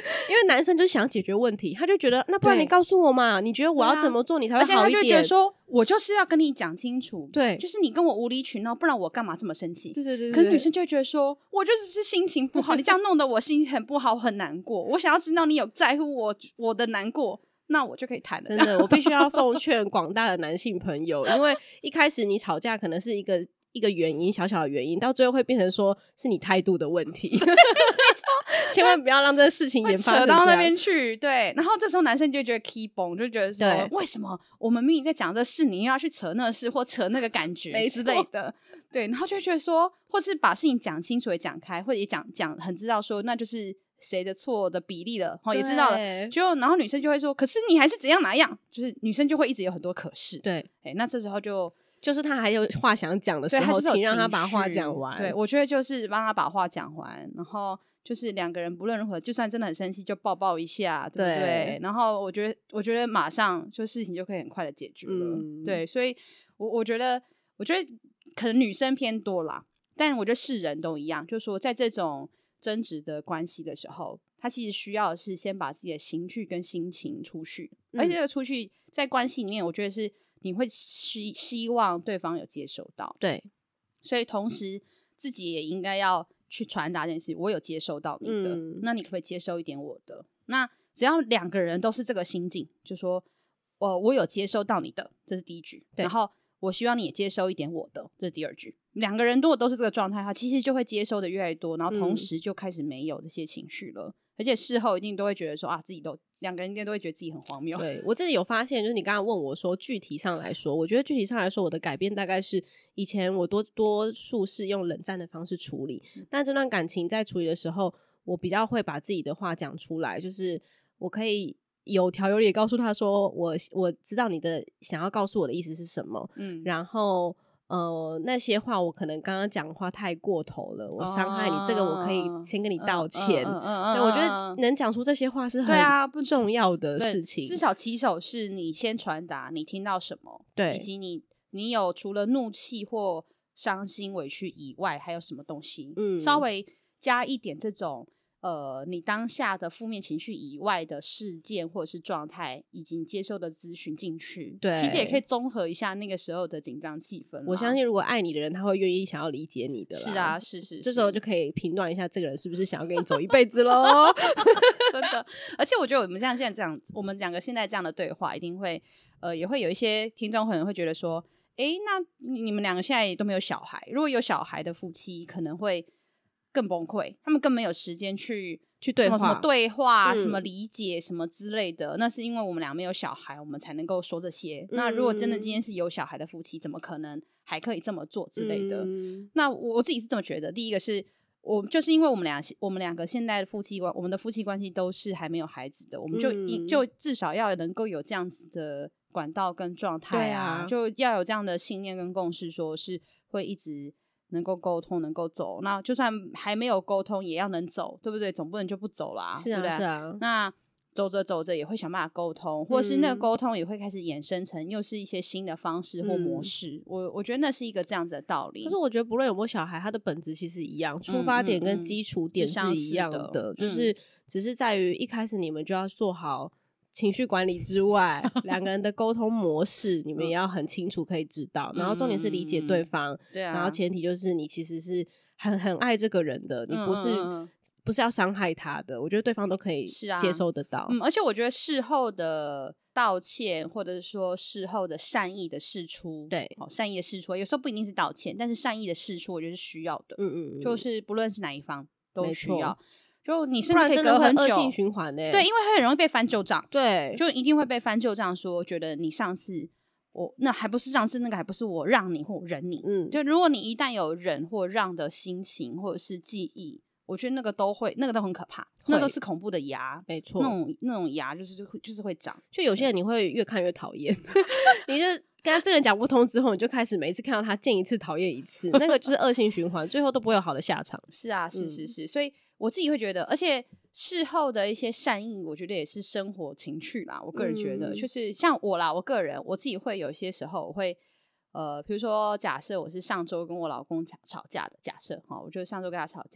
因为男生就想解决问题，他就觉得那不然你告诉我嘛，你觉得我要怎么做你才会好一点， 而且他就觉得说我就是要跟你讲清楚， 对， 就是你跟我无理取闹，不然我干嘛这么生气？ 对对对对， 可是女生就会觉得说我就只是心情不好，你这样弄得我心情很不好，很难过，我想要知道你有在乎我的难过，那我就可以谈了。 真的，我必须要奉劝广大的男性朋友，因为一开始你吵架可能是一个原因，小小的原因，到最后会变成说是你态度的问题。千万不要让这个事情演发扯到那边去。对，然后这时候男生就觉得 key 崩，就觉得说为什么我们明明在讲这事，你又要去扯那事或扯那个感觉之类的。对，然后就觉得说，或是把事情讲清楚也讲开，或者也讲很知道说那就是谁的错的比例了，也知道了，然后女生就会说可是你还是怎样哪样，就是女生就会一直有很多可是。 对， 那这时候就是他还有话想讲的时候，请让他把话讲完。 对，我觉得就是帮他把话讲完，然后就是两个人不论如何，就算真的很生气就抱一下，对不对？然后我觉得马上就事情就可以很快的解决了。对，所以我觉得可能女生偏多啦，但我觉得是人都一样，就是说在这种争执的关系的时候，他其实需要的是先把自己的情绪跟心情出去，而且这个出去在关系里面，我觉得是你会希望对方有接收到。 对， 所以同时自己也应该要去传达这件事，我有接收到你的，那你可不可以接收一点我的？那只要两个人都是这个心境，就说我有接收到你的，这是第一句，然后我希望你也接收一点我的，这是第二句。两个人如果都是这个状态的话，其实就会接收的越来越多，然后同时就开始没有这些情绪了，而且事后一定都会觉得说自己两个人一定都会觉得自己很荒谬。 对，我自己有发现，就是你刚刚问我说具体上来说，我觉得具体上来说我的改变大概是以前我多数是用冷战的方式处理，但这段感情在处理的时候，我比较会把自己的话讲出来，就是我可以有条有理告诉他说我知道你的想要告诉我的意思是什么，然后那些话我可能刚刚讲的话太过头了，我伤害你，这个我可以先跟你道歉。对，我觉得能讲出这些话是很重要的事情。 至少起手是你先传达你听到什么， 对， 以及你有除了怒气或伤心委屈以外还有什么东西，稍微加一点这种你当下的负面情绪以外的事件或者是状态以及你接受的资讯进去，对，其实也可以综合一下那个时候的紧张气氛。 我相信如果爱你的人他会愿意想要理解你的啦。 是啊，是这时候就可以评断一下这个人是不是想要跟你走一辈子咯。 真的，而且我觉得我们现在这样，我们两个现在这样的对话一定会也会有一些听众可能会觉得说那你们两个现在都没有小孩，如果有小孩的夫妻可能会更崩溃，他们更没有时间去对话， 什么对话什么理解什么之类的，那是因为我们俩没有小孩我们才能够说这些，那如果真的今天是有小孩的夫妻怎么可能还可以这么做之类的。那我自己是这么觉得，第一个是就是因为我们两个现在的夫妻我们的夫妻关系都是还没有孩子的，我们就至少要能够有这样子的管道跟状态啊，就要有这样的信念跟共识，说是会一直能够沟通能够走，那就算还没有沟通也要能走，对不对？总不能就不走啦， 是啊， 对不对？ 是啊。 那走着也会想办法沟通，或者是那个沟通也会开始衍生成又是一些新的方式或模式，我觉得那是一个这样子的道理。 可是我觉得不论有没有小孩，它的本质其实一样，出发点跟基础点是一样的，就是只是在于一开始你们就要做好情绪管理之外，两个人的沟通模式你们也要很清楚可以知道，然后重点是理解对方， 对啊， 然后前提就是你其实是很爱这个人的，你不是要伤害他的，我觉得对方都可以接受得到。 而且我觉得事后的道歉或者是说事后的善意的释出， 对， 善意的释出有时候不一定是道歉，但是善意的释出我觉得是需要的，就是不论是哪一方都需要，就你甚至可以隔很久， 恶性循环对，因为会很容易被翻旧账， 对， 就一定会被翻旧账，说觉得你上次那还不是上次那个还不是我让你或我忍你，就如果你一旦有忍或让的心情或者是记忆，我觉得那个都很可怕，那都是恐怖的芽， 没错， 那种芽就是会长， 就有些人你会越看越讨厌，你就跟他这个人讲不通之后，你就开始每一次看到他见一次讨厌一次，那个就是恶性循环，最后都不会有好的下场。 是啊，是，所以我自己会觉得，而且事后的一些善意，我觉得也是生活情趣啦。我个人觉得，就是像我啦，我个人我自己会有些时候我会比如说假设我是上周跟我老公吵架的，假设我就上周跟他吵架的，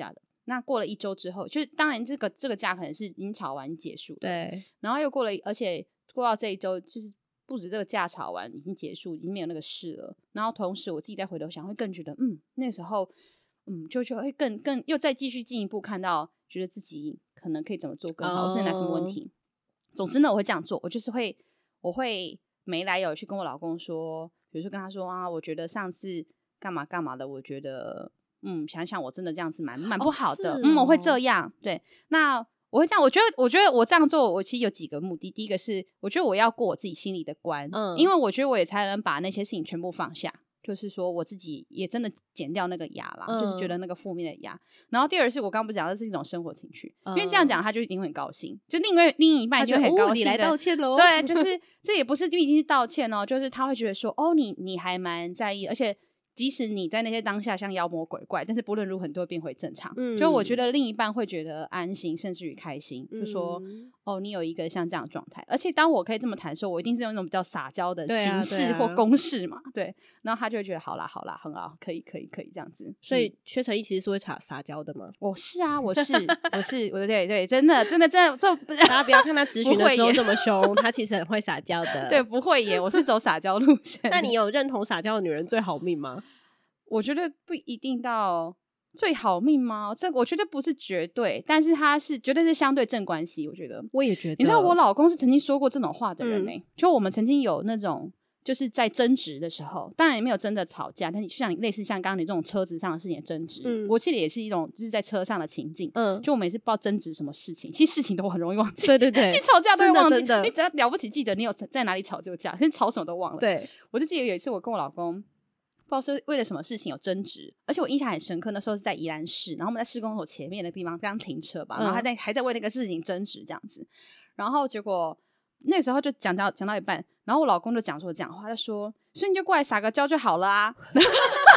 那过了1周之后，就是当然这个架可能是已经吵完结束， 对， 然后又过了，而且过到这1周，就是不止这个架吵完已经结束，已经没有那个事了。然后同时我自己再回头想，会更觉得那时候就会更又再继续进一步看到，觉得自己可能可以怎么做更好，甚至哪什么问题。总之呢，我会这样做，我就是我会没来由去跟我老公说，比如说跟他说啊，我觉得上次干嘛干嘛的，我觉得想想我真的这样子蛮不好的，我会这样。对，那我会这样，我觉得我这样做，我其实有几个目的。第一个是我觉得我要过我自己心里的关，因为我觉得我也才能把那些事情全部放下，就是说我自己也真的减掉那个压啦，就是觉得那个负面的压。然后第二是我刚刚不讲的是一种生活情趣，因为这样讲他就一定会很高兴，就另一半就很高兴的， 你来道歉咯。 对，就是这也不是一定是道歉哦，就是他会觉得说你还蛮在意，而且即使你在那些当下像妖魔鬼怪，但是不论如何你都会变回正常。就我觉得另一半会觉得安心甚至于开心，就说你有一个像这样的状态。而且当我可以这么谈说，我一定是用那种比较撒娇的形式或公式嘛，对，然后他就会觉得好啦很好，可以这样子。 所以薛成义其实是会撒娇的吗？ 我是啊，我对，真的这大家不要看他咨询的时候这么凶，他其实很会撒娇的。 对，不会耶，我是走撒娇路线。 那你有认同撒娇的女人最好命吗？ 我觉得不一定到最好命吗？这我觉得不是绝对，但是它是绝对是相对正关系。我觉得， 我也觉得， 你知道我老公是曾经说过这种话的人就我们曾经有那种就是在争执的时候，当然也没有真的吵架，但是就像类似像刚刚你这种车子上的事情的争执，我记得也是一种就是在车上的情境，就我们也是不知道争执什么事情，其实事情都很容易忘记， 对， 其实吵架都会忘记， 真的你只要了不起记得你有在哪里吵这个架，其实吵什么都忘了。 对，我就记得有一次我跟我老公不知道是为了什么事情有争执，而且我印象很深刻，那时候是在宜兰市，然后我们在市公所前面的地方刚停车吧，然后还在为那个事情争执这样子，然后结果那时候就讲到一半，然后我老公就讲说这样话，他说所以你就过来撒个娇就好了啊然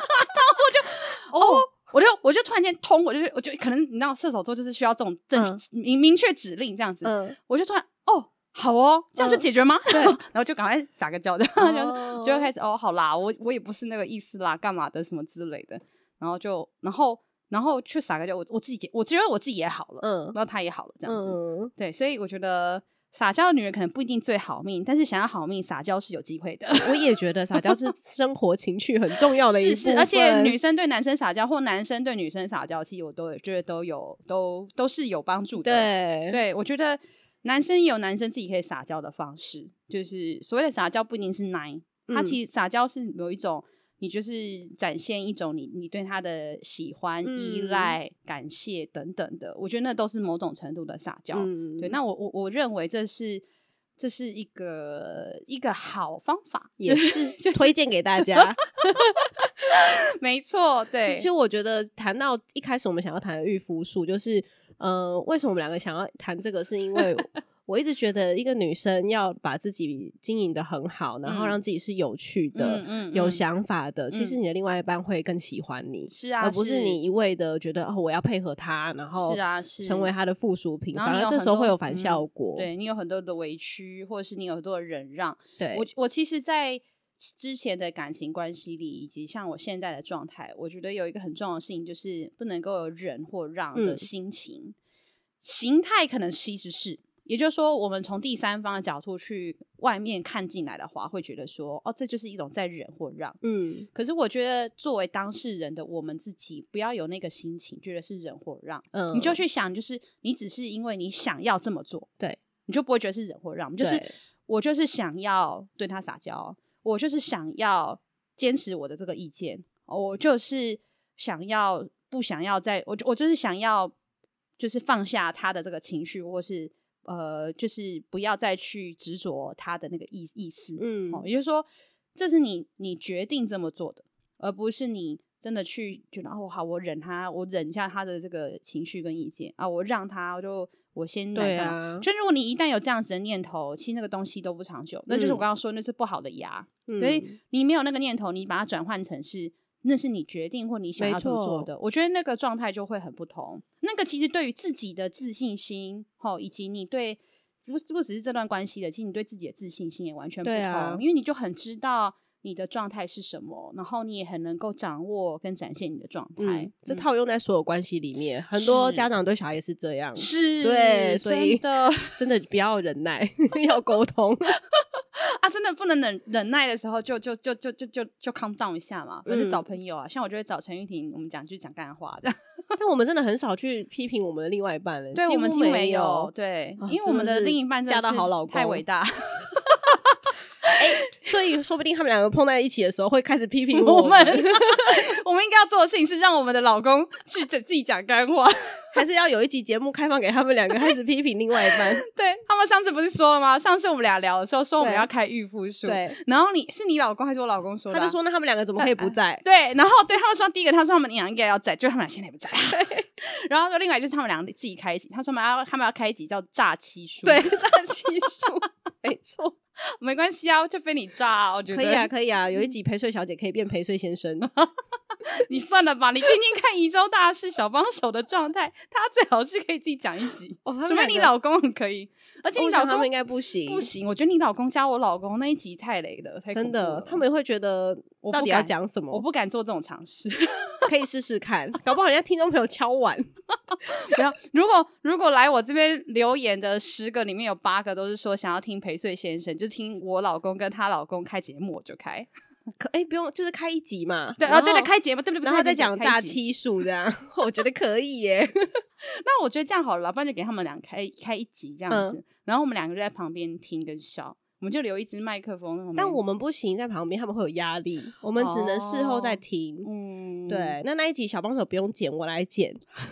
后我就突然间通，我就可能你知道射手座就是需要这种明确指令这样子，我就突然好这样就解决吗？对，然后就赶快撒个娇，就开始好啦，我也不是那个意思啦，干嘛的什么之类的，然后去撒个娇，我觉得我自己也好了，然后他也好了，这样子，对，所以我觉得撒娇的女人可能不一定最好命，但是想要好命，撒娇是有机会的。 我也觉得撒娇是生活情趣很重要的一部分， 是，而且女生对男生撒娇或男生对女生撒娇，其实我都觉得都是有帮助的。对，我觉得男生也有男生自己可以撒娇的方式，就是所谓的撒娇不一定是奶，他其实撒娇是有一种你就是展现一种你对他的喜欢、依赖、感谢等等的，我觉得那都是某种程度的撒娇。对，那我认为这是一个好方法， 也是推荐给大家。 没错，对。 其实我觉得谈到一开始我们想要谈的御夫术，就是为什么我们两个想要谈这个，是因为我一直觉得一个女生要把自己经营得很好，然后让自己是有趣的、有想法的，其实你的另外一半会更喜欢你， 是啊， 而不是你一味的觉得我要配合他，然后成为他的附属品，反而这时候会有反效果。 对，你有很多的委屈，或者是你有很多的忍让。 对， 我其实在之前的感情关系里，以及像我现在的状态，我觉得有一个很重要的事情，就是不能够有忍或让的心情。形态可能其实是，也就是说我们从第三方的角度去外面看进来的话，会觉得说这就是一种在忍或让。可是我觉得作为当事人的我们自己，不要有那个心情觉得是忍或让，你就去想，就是你只是因为你想要这么做， 对， 你就不会觉得是忍或让，就是我就是想要对他撒娇，我就是想要坚持我的这个意见，我就是不想要我就是想要就是放下他的这个情绪，或是就是不要再去执着他的那个意思。也就是说这是你决定这么做的，而不是你真的去觉得好我忍一下他的这个情绪跟意见我让他我先对啊， 就如果你一旦有这样子的念头，其实那个东西都不长久，那就是我刚刚说那是不好的牙。所以你没有那个念头，你把它转换成是那是你决定或你想要这么做的，我觉得那个状态就会很不同。那个其实对于自己的自信心以及你对不只是这段关系的，其实你对自己的自信心也完全不同。因为你就很知道你的状态是什么，然后你也很能够掌握跟展现你的状态。 这套用在所有关系里面，很多家长对小孩也是这样， 是， 对，所以真的不要忍耐，要沟通啊，真的不能忍耐的时候就 calm down 一下嘛，反正找朋友啊，像我就会找陈玉婷，我们讲干话这样。 但我们真的很少去批评我们的另外一半了， 对，我们几乎没有，对，因为我们的另一半真的是太伟大。 所以说不定他们两个碰在一起的时候会开始批评我们我们应该要做的事情是让我们的老公去自己讲干话还是要有一集节目开放给他们两个开始批评另外一半对，他们上次不是说了吗？上次我们俩聊的时候说我们要开预付书，对，然后是你老公还是我老公说的？ 他就说那他们两个怎么可以不在？ 对，然后对他们说第一个他说他们俩应该要在，就他们俩现在不在然后另外就是他们俩自己开一集，他说他们要开一集叫诈欺书， 对，诈欺书没错， 没关系啊，就被你诈啊，我觉得可以啊，有一集陪睡小姐可以变陪睡先生你算了吧，你听听看宜州大师小帮手的状态，他最好是可以自己讲一集除非你老公很可以，而且你老公他们应该不行， 我觉得你老公加我老公那一集太雷了，太真的，他们会觉得到底要讲什么， 我不敢做这种尝试可以试试看，搞不好人家听众朋友敲碗不要，如果来我这边留言的10个里面有8个都是说想要听陪睡先生，就听我老公跟他老公开节目我就开不用，就是开一集嘛， 对对，开节目，对， 然后再讲诈欺术这样我觉得可以耶那我觉得这样好了，不然就给他们俩开一集这样子然后我们两个就在旁边听跟笑，我们就留一支麦克风， 但我们不行在旁边，他们会有压力，我们只能事后再听对，那一集小帮手不用剪，我来剪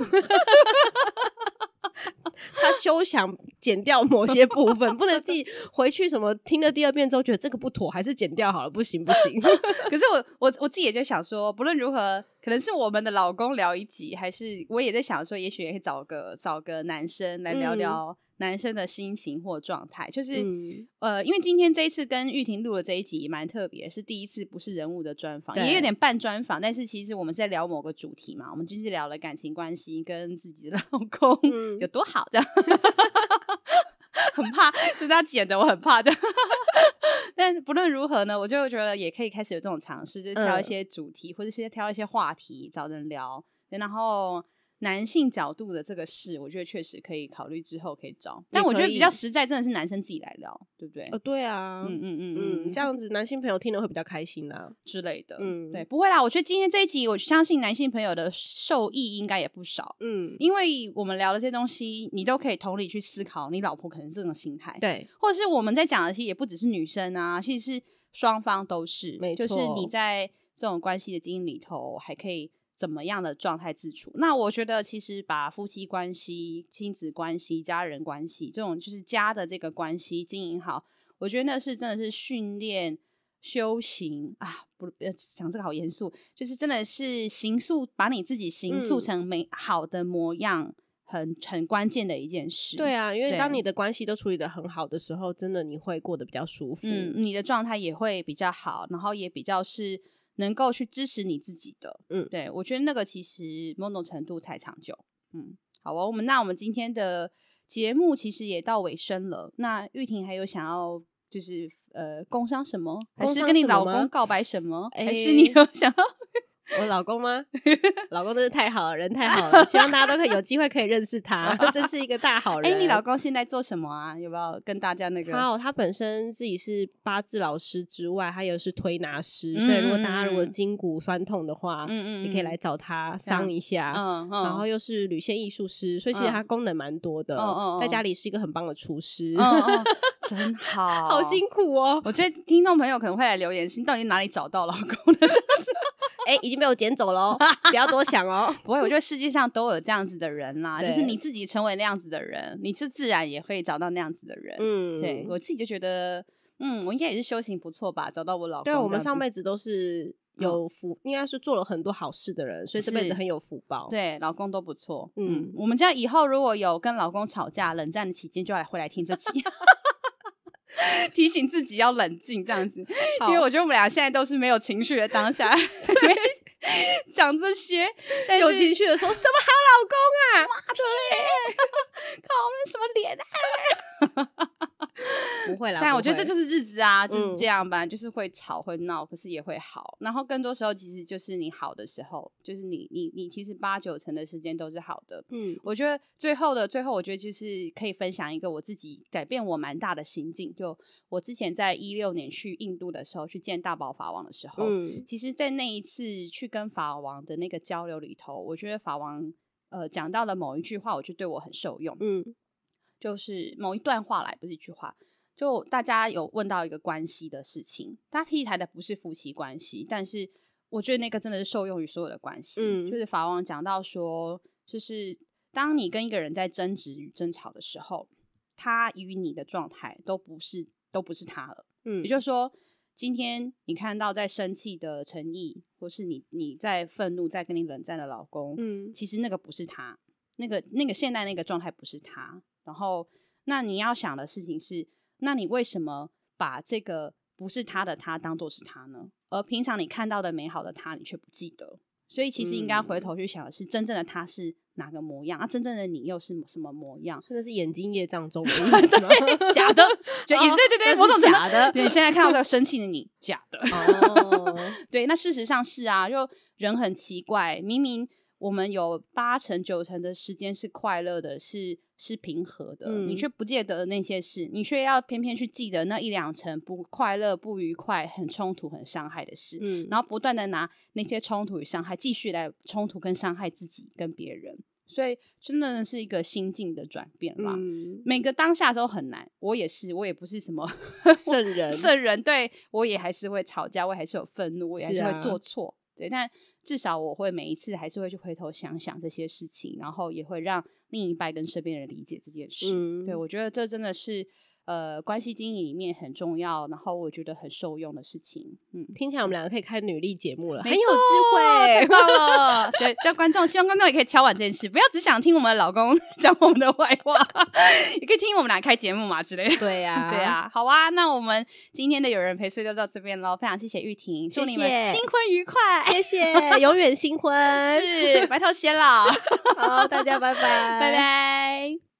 他休想剪掉某些部分不能自己回去什么听了第2遍之后觉得这个不妥，还是剪掉好了，不行可是我自己也就想说，不论如何可能是我们的老公聊一集，还是我也在想说也许也可以找个男生来聊聊男生的心情或状态，就是因为今天这一次跟玉婷录的这一集也蛮特别，是第一次不是人物的专访，也有点半专访，但是其实我们是在聊某个主题嘛，我们就是聊了感情关系跟自己的老公有多好这样很怕就是他剪的，我很怕这样但不论如何呢，我就觉得也可以开始有这种尝试，就是挑一些主题或者是挑一些话题找人聊，然后男性角度的这个事我觉得确实可以考虑之后可以找，但我觉得比较实在真的是男生自己来聊，对不对？ 对啊这样子男性朋友听了会比较开心啦之类的对，不会啦，我觉得今天这一集我相信男性朋友的受益应该也不少因为我们聊的这些东西你都可以同理去思考你老婆可能是这种心态，对，或者是我们在讲的其实也不只是女生啊，其实是双方都是，没错，就是你在这种关系的经营里头还可以怎么样的状态自处。那我觉得其实把夫妻关系、亲子关系、家人关系这种就是家的这个关系经营好，我觉得那是真的是训练修行啊，不讲这个好严肃，就是真的是形塑，把你自己形塑成美好的模样很关键的一件事。对啊，因为当你的关系都处理得很好的时候，真的你会过得比较舒服你的状态也会比较好，然后也比较是能够去支持你自己的对，我觉得那个其实某种程度才长久好我们今天的节目其实也到尾声了，那玉婷还有想要就是工商什么，还是跟你老公告白什么还是你有想要我老公吗？老公真是太好了，人太好了，希望大家都可以有机会可以认识他，真是一个大好人。你老公现在做什么啊？有没有跟大家那个？他本身自己是八字老师之外，他也是推拿师，所以如果大家如果筋骨酸痛的话，你可以来找他伤一下。然后又是铝线艺术师，所以其实他功能蛮多的。在家里是一个很棒的厨师，真好，好辛苦哦。我觉得听众朋友可能会来留言，你到底哪里找到老公的？这样子。已经被我捡走了不要多想不会，我觉得世界上都有这样子的人啦，就是你自己成为那样子的人，你是自然也会找到那样子的人对，我自己就觉得我应该也是修行不错吧，找到我老公。对，我们上辈子都是有福，应该是做了很多好事的人，所以这辈子很有福报。对，老公都不错我们家以后如果有跟老公吵架冷战的期间就会来听这集提醒自己要冷静这样子，因为我觉得我们俩现在都是没有情绪的当下讲这些，但是有情绪的时候什么好老公啊，妈的靠我们什么脸啊不会啦。 但我觉得这就是日子啊，就是这样吧，就是会吵会闹，可是也会好。然后更多时候其实就是你好的时候，就是你其实8-9成的时间都是好的。我觉得最后，我觉得就是可以分享一个我自己改变我蛮大的心境。就我之前在16年去印度的时候，去见大宝法王的时候，其实在那一次去跟法王的那个交流里头，我觉得法王讲到了某一句话，我就对我很受用。就是某一段话来，不是一句话。就大家有问到一个关系的事情，他提台的不是夫妻关系，但是我觉得那个真的是受用于所有的关系。就是法王讲到说，就是当你跟一个人在争执与争吵的时候，他与你的状态都不是他了。也就是说，今天你看到在生气的陈毅，或是你在愤怒在跟你冷战的老公，其实那个不是他，那个现在那个状态不是他。然后那你要想的事情是，那你为什么把这个不是他的他当作是他呢？而平常你看到的美好的他你却不记得。所以其实应该回头去想的是，真正的他是哪个模样，真正的你又是什么模样？ 真的是眼睛业障重的意思吗？ 假的，对对对，某种假的。 你现在看到这个生气的你，假的。对，那事实上是啊，就人很奇怪，明明我们有8成9成的时间是快乐的，是平和的，你却不记得那些事，你却要偏偏去记得那1-2成不快乐、不愉快、很冲突、很伤害的事，然后不断的拿那些冲突与伤害继续来冲突跟伤害自己跟别人。所以真的是一个心境的转变啦。每个当下都很难，我也不是什么圣人，对，我也还是会吵架，我也还是有愤怒，我也还是会做错。对，但至少我会每一次还是会去回头想想这些事情，然后也会让另一半跟身边人理解这件事。对，我觉得这真的是关系经营里面很重要，然后我觉得很受用的事情。 听起来我们两个可以开女力节目了，很有智慧，太棒了。对，叫观众，希望观众也可以敲完这件事，不要只想听我们的老公讲我们的坏话，也可以听我们俩开节目嘛之类的。 对啊对啊，好啊，那我们今天的有人陪睡就到这边咯，非常谢谢玉婷，祝你们新婚愉快， 谢谢，永远新婚， 是白头偕老。 好，大家拜拜， 拜拜。